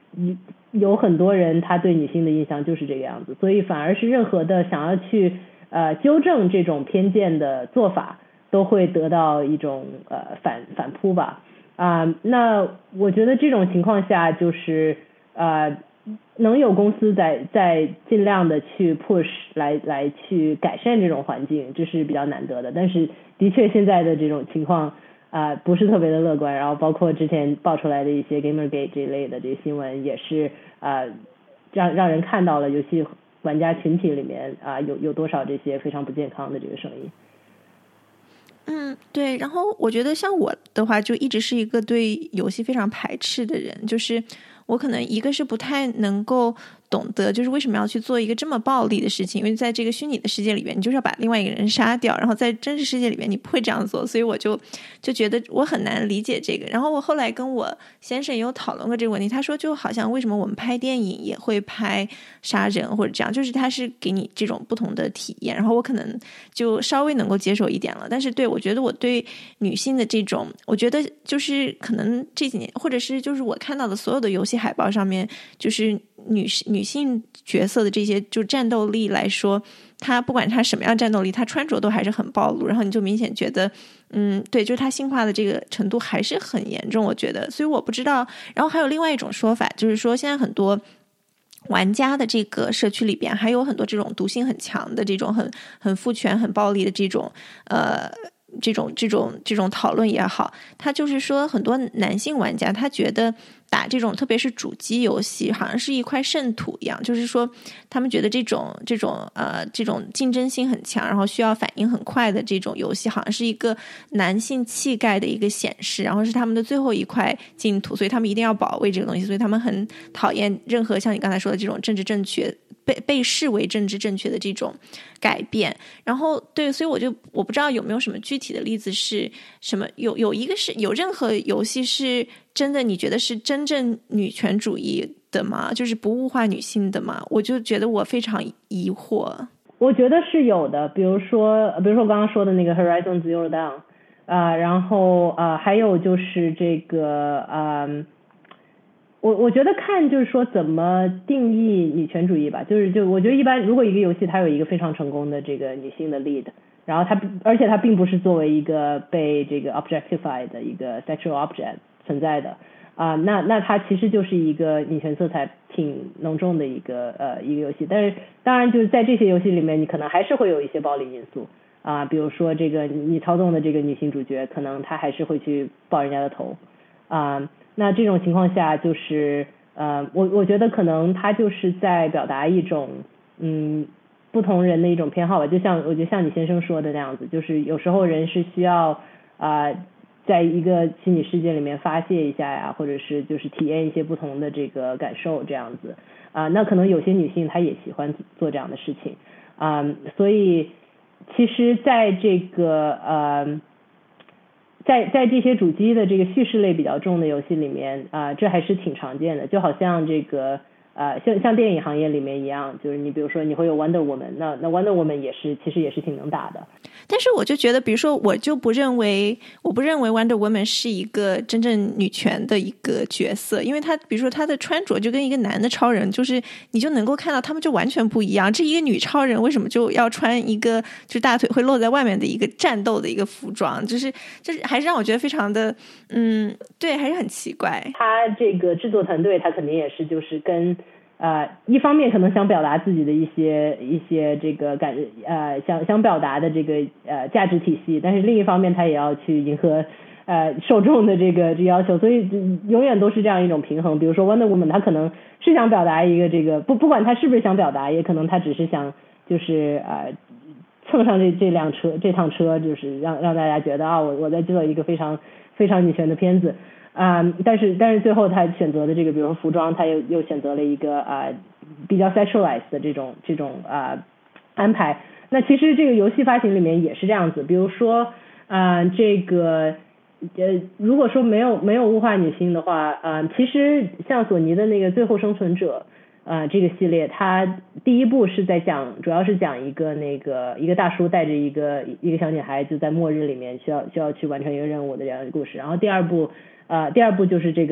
有很多人他对女性的印象就是这个样子，所以反而是任何的想要去呃纠正这种偏见的做法都会得到一种呃反反扑吧。啊、呃，那我觉得这种情况下就是呃能有公司在在尽量的去 push 来来去改善这种环境，这是比较难得的。但是的确现在的这种情况啊、呃、不是特别的乐观，然后包括之前爆出来的一些 Gamergate 这一类的这个新闻也是啊、呃、让让人看到了游戏玩家群体里面啊、呃、有有多少这些非常不健康的这个声音。 嗯，对。然后我觉得像我的话，就一直是一个对游戏非常排斥的人，就是我可能一个是不太能够懂得就是为什么要去做一个这么暴力的事情，因为在这个虚拟的世界里面你就是要把另外一个人杀掉，然后在真实世界里面你不会这样做，所以我就就觉得我很难理解这个。然后我后来跟我先生也有讨论过这个问题，他说就好像为什么我们拍电影也会拍杀人或者这样，就是他是给你这种不同的体验，然后我可能就稍微能够接受一点了。但是对我觉得我对女性的这种，我觉得就是可能这几年或者是就是我看到的所有的游戏海报上面，就是女女性角色的这些就战斗力来说，她不管她什么样战斗力，她穿着都还是很暴露，然后你就明显觉得嗯，对，就是她性化的这个程度还是很严重，我觉得。所以我不知道。然后还有另外一种说法，就是说现在很多玩家的这个社区里边还有很多这种毒性很强的这种很很父权很暴力的这种呃这种这种这种讨论也好，他就是说很多男性玩家他觉得打这种特别是主机游戏好像是一块圣土一样，就是说他们觉得这种这种呃这种竞争性很强，然后需要反应很快的这种游戏好像是一个男性气概的一个显示，然后是他们的最后一块净土，所以他们一定要保卫这个东西，所以他们很讨厌任何像你刚才说的这种政治正确被被视为政治正确的这种改变。然后对，所以我就我不知道有没有什么具体的例子是什么，有有一个是有任何游戏是真的你觉得是真正女权主义的吗？就是不物化女性的吗？我就觉得我非常疑惑。 我觉得是有的，比如说比如说我刚刚说的那个 Horizon Zero Dawn 啊、呃，然后啊、呃、还有就是这个嗯。我我觉得看就是说怎么定义女权主义吧，就是就我觉得一般如果一个游戏它有一个非常成功的这个女性的 lead， 然后它而且它并不是作为一个被这个 objectify 的一个 sexual object 存在的啊、呃，那那它其实就是一个女权色彩挺浓重的一个呃一个游戏。但是当然就是在这些游戏里面，你可能还是会有一些暴力因素啊、呃，比如说这个你操纵的这个女性主角，可能她还是会去爆人家的头啊。呃那这种情况下就是呃我我觉得可能他就是在表达一种嗯不同人的一种偏好吧，就像我觉得像你先生说的那样子，就是有时候人是需要啊、呃、在一个虚拟世界里面发泄一下呀，或者是就是体验一些不同的这个感受这样子啊、呃、那可能有些女性她也喜欢做这样的事情啊、呃、所以其实在这个呃在在这些主机的这个叙事类比较重的游戏里面啊、呃，这还是挺常见的，就好像这个呃像像电影行业里面一样，就是你比如说你会有 Wonder Woman， 那那 Wonder Woman 也是其实也是挺能打的。 但是我就觉得比如说我就不认为我不认为 Wonder Woman 是一个真正女权的一个角色，因为她比如说她的穿着就跟一个男的超人，就是你就能够看到他们就完全不一样，这一个女超人为什么就要穿一个就大腿会露在外面的一个战斗的一个服装，就是就是还是让我觉得非常的嗯对，还是很奇怪。 他这个制作团队他肯定也是就是跟呃，一方面可能想表达自己的一些一些这个感呃想想表达的这个呃价值体系，但是另一方面他也要去迎合呃受众的这个这要求，所以永远都是这样一种平衡。比如说 Wonder Woman 他可能是想表达一个这个不不管他是不是想表达，也可能他只是想就是呃蹭上这这辆车这趟车，就是让让大家觉得啊我我在做一个非常非常女权的片子。啊、嗯，但是但是最后他选择的这个，比如说服装，他又又选择了一个啊、呃、比较 sexualized 的这种这种啊、呃、安排。那其实这个游戏发行里面也是这样子，比如说啊、呃、这个呃如果说没有没有物化女性的话，啊、呃、其实像索尼的那个最后生存者啊、呃、这个系列，它第一部是在讲主要是讲一个那个一个大叔带着一个一个小女孩就在末日里面需要需要去完成一个任务的这样的故事，然后第二部。呃，第二部就是这个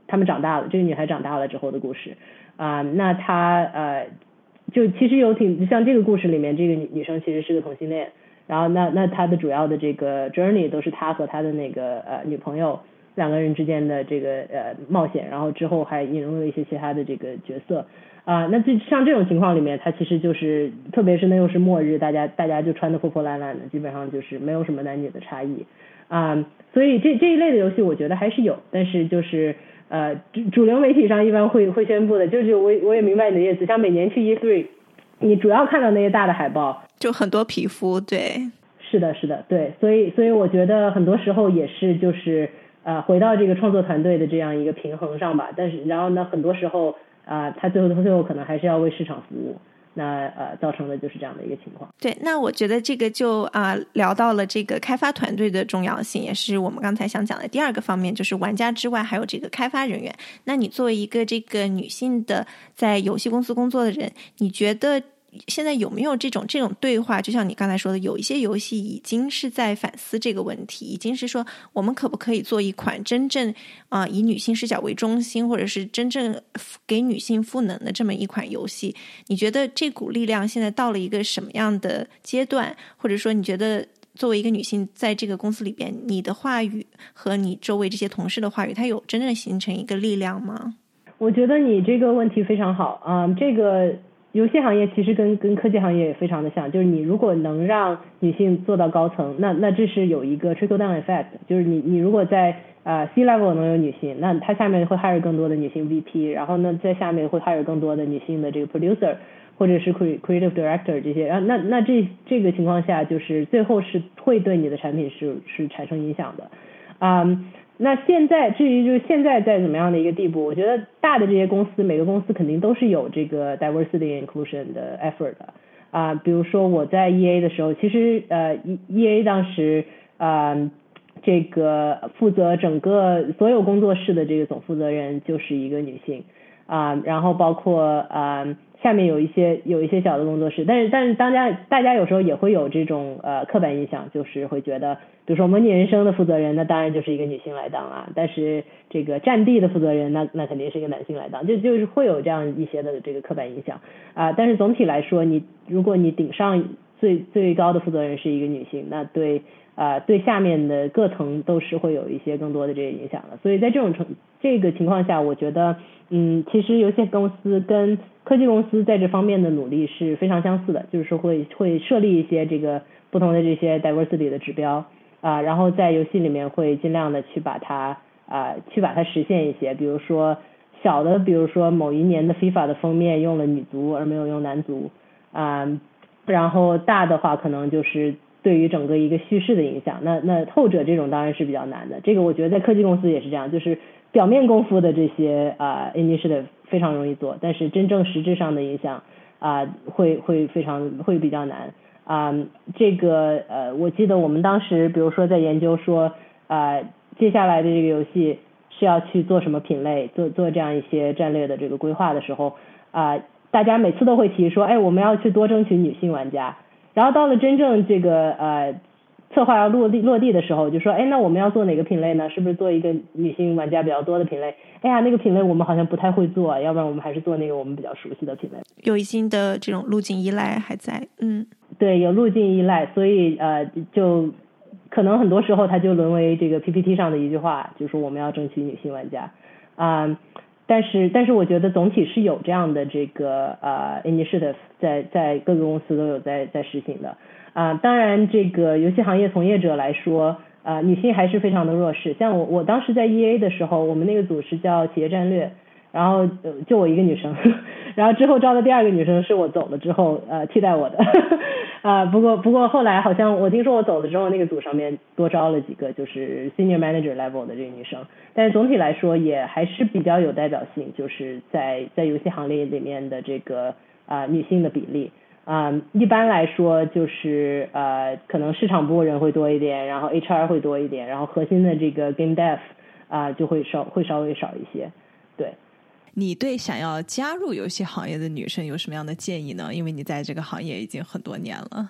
他们长大了，这个女孩长大了之后的故事啊、呃。那她呃，就其实有挺像这个故事里面，这个女女生其实是个同性恋，然后那那她的主要的这个 journey 都是她和她的那个呃女朋友两个人之间的这个呃冒险，然后之后还引入了一些其他的这个角色啊、呃。那这像这种情况里面，它其实就是特别是那又是末日，大家大家就穿得破破烂烂的，基本上就是没有什么男女的差异啊、呃。所以这这一类的游戏我觉得还是有，但是就是呃主主流媒体上一般会会宣布的，就是我我也明白你的意思，像每年去 E 三， 你主要看到那些大的海报， 就很多皮肤，对， 是的是的，对，所以所以我觉得很多时候也是就是呃回到这个创作团队的这样一个平衡上吧，但是然后呢很多时候啊、呃，他最后最后可能还是要为市场服务。那呃，造成的就是这样的一个情况。 对，那我觉得这个就啊、呃、聊到了这个开发团队的重要性，也是我们刚才想讲的第二个方面，就是玩家之外还有这个开发人员。那你作为一个这个女性的在游戏公司工作的人，你觉得现在有没有这种这种对话？就像你刚才说的，有一些游戏已经是在反思这个问题，已经是说我们可不可以做一款真正啊、呃、以女性视角为中心，或者是真正给女性赋能的这么一款游戏？你觉得这股力量现在到了一个什么样的阶段？或者说，你觉得作为一个女性在这个公司里边，你的话语和你周围这些同事的话语，它有真正形成一个力量吗？ 我觉得你这个问题非常好啊、嗯，这个。游戏行业其实跟跟科技行业也非常的像，就是你如果能让女性做到高层，那那这是有一个 trickle down effect， 就是你你如果在呃 C level 能有女性，那它下面会 hire 更多的女性 V P， 然后呢在下面会 hire 更多的女性的这个 producer 或者是 creative director 这些，然后那那这这个情况下，就是最后是会对你的产品是是产生影响的，啊、嗯。那现在至于就是现在在怎么样的一个地步，我觉得大的这些公司每个公司肯定都是有这个 diversity inclusion 的 effort 的啊、呃，比如说我在 E A 的时候，其实呃 E A 当时啊、呃、这个负责整个所有工作室的这个总负责人就是一个女性啊、呃，然后包括啊、呃、下面有一些有一些小的工作室，但是但是大家大家有时候也会有这种呃刻板印象，就是会觉得。比如说模拟人生的负责人，那当然就是一个女性来当啊，但是这个战地的负责人，那那肯定是一个男性来当，就就是会有这样一些的这个刻板印象啊。但是总体来说，你如果你顶上最最高的负责人是一个女性，那对啊对下面的各层都是会有一些更多的这个影响的。所以在这种程这个情况下，我觉得嗯，其实游戏公司跟科技公司在这方面的努力是非常相似的，就是说会会设立一些这个不同的这些 diversity 的指标。啊，然后在游戏里面会尽量的去把它啊，去把它实现一些，比如说小的，比如说某一年的 FIFA 的封面用了女足而没有用男足啊，然后大的话可能就是对于整个一个叙事的影响，那那后者这种当然是比较难的，这个我觉得在科技公司也是这样，就是表面功夫的这些啊 initiative 非常容易做，但是真正实质上的影响啊会会非常会比较难。啊、嗯，这个呃，我记得我们当时，比如说在研究说，呃，接下来的这个游戏是要去做什么品类，做做这样一些战略的这个规划的时候，啊、呃，大家每次都会提说，哎，我们要去多争取女性玩家。然后到了真正这个呃策划要落地落地的时候，就说，哎，那我们要做哪个品类呢？是不是做一个女性玩家比较多的品类？哎呀，那个品类我们好像不太会做，要不然我们还是做那个我们比较熟悉的品类。 有一定的这种路径依赖还在，嗯。 对，有路径依赖，所以呃，就可能很多时候它就沦为这个 P P T 上的一句话，就是说我们要争取女性玩家啊、呃。但是，但是我觉得总体是有这样的这个呃 initiative 在在各个公司都有在在实行的啊、呃。当然，这个游戏行业从业者来说，啊、呃，女性还是非常的弱势。像我我当时在 E A 的时候，我们那个组是叫企业战略。然后呃就我一个女生，然后之后招的第二个女生是我走了之后呃替代我的啊、呃、不过不过后来好像我听说我走了之后那个组上面多招了几个就是 senior manager level 的这个女生，但是总体来说也还是比较有代表性，就是在在游戏行业里面的这个啊、呃、女性的比例啊、呃、一般来说就是呃可能市场部人会多一点，然后 H R 会多一点，然后核心的这个 game dev 啊、呃、就会稍会稍微少一些。对， 你对想要加入游戏行业的女生有什么样的建议呢？因为你在这个行业已经很多年了。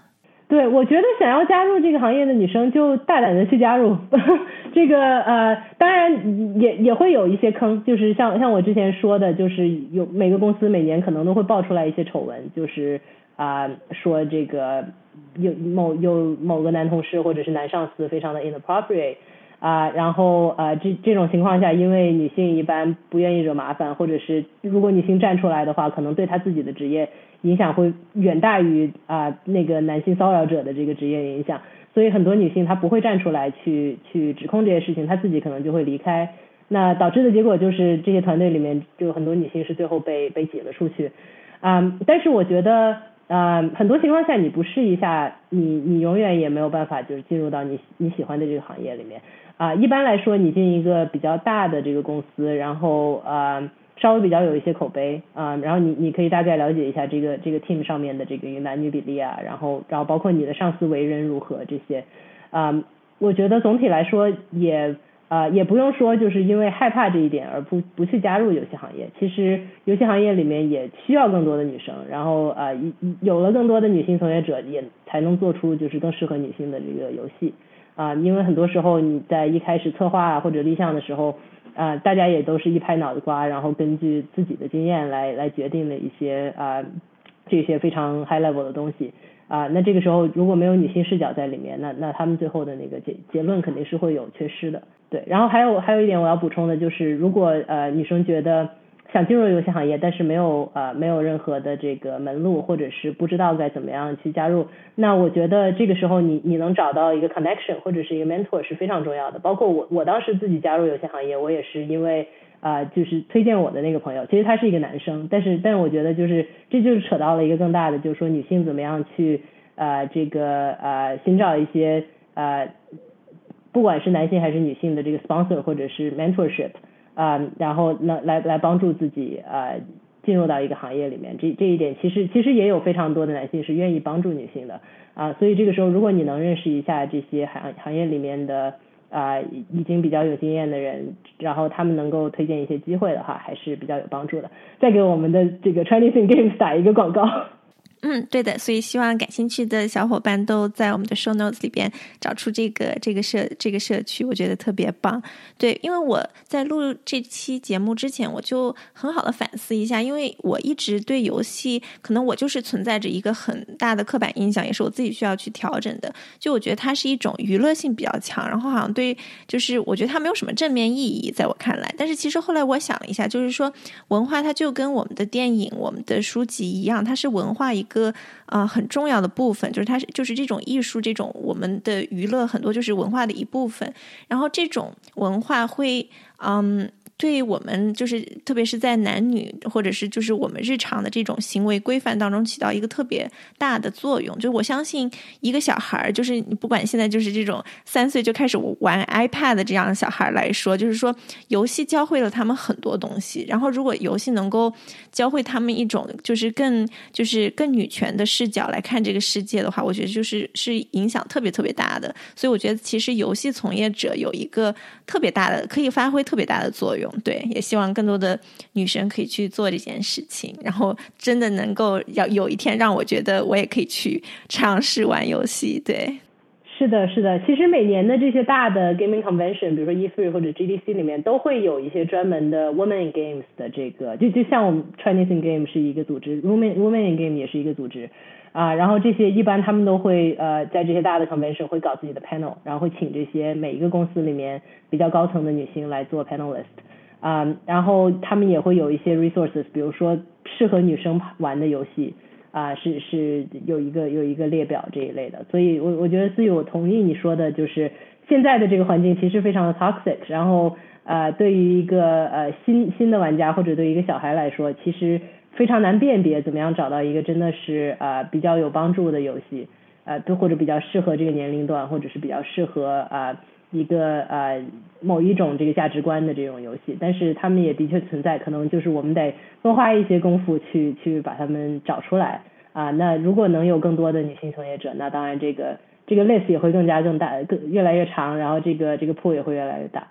对，我觉得想要加入这个行业的女生就大胆的去加入。这个呃，当然也也会有一些坑，就是像像我之前说的，就是有每个公司每年可能都会爆出来一些丑闻，就是啊、呃、说这个有某有某个男同事或者是男上司非常的 inappropriate 啊、呃，然后呃这这种情况下，因为女性一般不愿意惹麻烦，或者是如果女性站出来的话，可能对她自己的职业影响会远大于啊、呃、那个男性骚扰者的这个职业影响，所以很多女性她不会站出来去去指控这些事情，她自己可能就会离开，那导致的结果就是这些团队里面就很多女性是最后被被挤了出去，啊、呃，但是我觉得呃很多情况下你不试一下，你你永远也没有办法就是进入到你你喜欢的这个行业里面啊、呃，一般来说你进一个比较大的这个公司，然后呃稍微比较有一些口碑啊、呃，然后你你可以大概了解一下这个这个 team 上面的这个男女比例啊，然后然后包括你的上司为人如何这些啊、呃，我觉得总体来说也啊、呃、也不用说就是因为害怕这一点而不不去加入游戏行业，其实游戏行业里面也需要更多的女生，然后啊、呃、有了更多的女性从业者也才能做出就是更适合女性的这个游戏啊、呃，因为很多时候你在一开始策划或者立项的时候啊、呃，大家也都是一拍脑子瓜，然后根据自己的经验来来决定的一些啊、呃、这些非常 high level 的东西啊、呃，那这个时候如果没有女性视角在里面，那那他们最后的那个结结论肯定是会有缺失的。对，然后还有还有一点我要补充的就是，如果呃女生觉得想进入游戏行业，但是没有呃没有任何的这个门路，或者是不知道该怎么样去加入，那我觉得这个时候你你能找到一个 connection 或者是一个 mentor 是非常重要的。包括我我当时自己加入游戏行业，我也是因为啊、呃、就是推荐我的那个朋友，其实他是一个男生，但是但是我觉得就是这就是扯到了一个更大的，就是说女性怎么样去呃这个呃寻找一些呃不管是男性还是女性的这个 sponsor 或者是 mentorship 啊、呃，然后呢来来帮助自己呃进入到一个行业里面，这这一点其实其实也有非常多的男性是愿意帮助女性的啊、呃，所以这个时候如果你能认识一下这些行行业里面的啊、呃、已经比较有经验的人，然后他们能够推荐一些机会的话，还是比较有帮助的。再给我们的这个 Chinese in Games 打一个广告。 嗯，对的，所以希望感兴趣的小伙伴都在我们的 show notes 里边找出这个这个社这个社区，我觉得特别棒。对，因为我在录这期节目之前，我就很好的反思一下，因为我一直对游戏，可能我就是存在着一个很大的刻板印象，也是我自己需要去调整的。就我觉得它是一种娱乐性比较强，然后好像对，就是我觉得它没有什么正面意义，在我看来。但是其实后来我想了一下，就是说文化它就跟我们的电影、我们的书籍一样，它是文化一个。一个呃很重要的部分，就是它是就是这种艺术，这种我们的娱乐很多就是文化的一部分，然后这种文化会嗯。对我们就是特别是在男女或者是就是我们日常的这种行为规范当中起到一个特别大的作用。就我相信一个小孩，就是你不管现在就是这种三岁就开始玩 iPad 这样的小孩来说，就是说游戏教会了他们很多东西，然后如果游戏能够教会他们一种就是更就是更女权的视角来看这个世界的话，我觉得就是是影响特别特别大的。所以我觉得其实游戏从业者有一个特别大的可以发挥特别大的作用。对，也希望更多的女生可以去做这件事情，然后真的能够要有一天让我觉得我也可以去尝试玩游戏。对， 是的，是的，其实每年的这些大的 gaming convention， 比如说 E 三 或者 G D C 里面都会有一些专门的 Women in Games 的这个，就就像我们 Chinese in Game 是一个组织， Women Women in Game 也是一个组织啊，然后这些一般他们都会呃在这些大的 convention 会搞自己的 panel， 然后会请这些每一个公司里面比较高层的女性来做 panelist。啊、um, 然后他们也会有一些 resources， 比如说适合女生玩的游戏啊、呃，是是有一个有一个列表这一类的。所以我我觉得思雨我同意你说的，就是现在的这个环境其实非常的 toxic， 然后呃对于一个呃新新的玩家或者对于一个小孩来说，其实非常难辨别怎么样找到一个真的是呃比较有帮助的游戏，呃或者比较适合这个年龄段，或者是比较适合啊。呃一个呃某一种这个价值观的这种游戏，但是他们也的确存在，可能就是我们得多花一些功夫去去把他们找出来啊。那如果能有更多的女性从业者，那当然这个这个 list 也会更加更大，更越来越长，然后这个这个 pool 也会越来越大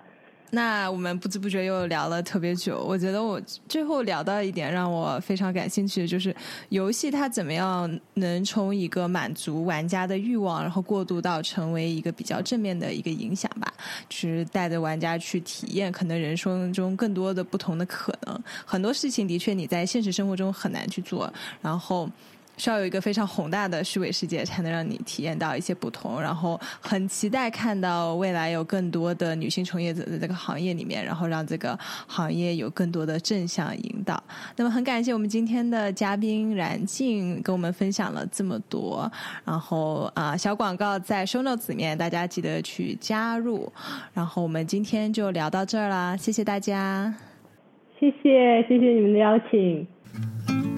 那我们不知不觉又聊了特别久，我觉得我最后聊到一点让我非常感兴趣的就是游戏它怎么样能从一个满足玩家的欲望然后过渡到成为一个比较正面的一个影响吧，就是带着玩家去体验可能人生中更多的不同的可能，很多事情的确你在现实生活中很难去做，然后需要有一个非常宏大的虚伪世界才能让你体验到一些不同，然后很期待看到未来有更多的女性从业者在这个行业里面，然后让这个行业有更多的正向引导。那么很感谢我们今天的嘉宾冉静跟我们分享了这么多，然后啊、呃，小广告在 show notes 里面大家记得去加入，然后我们今天就聊到这儿啦，谢谢大家。 谢谢谢谢你们的邀请。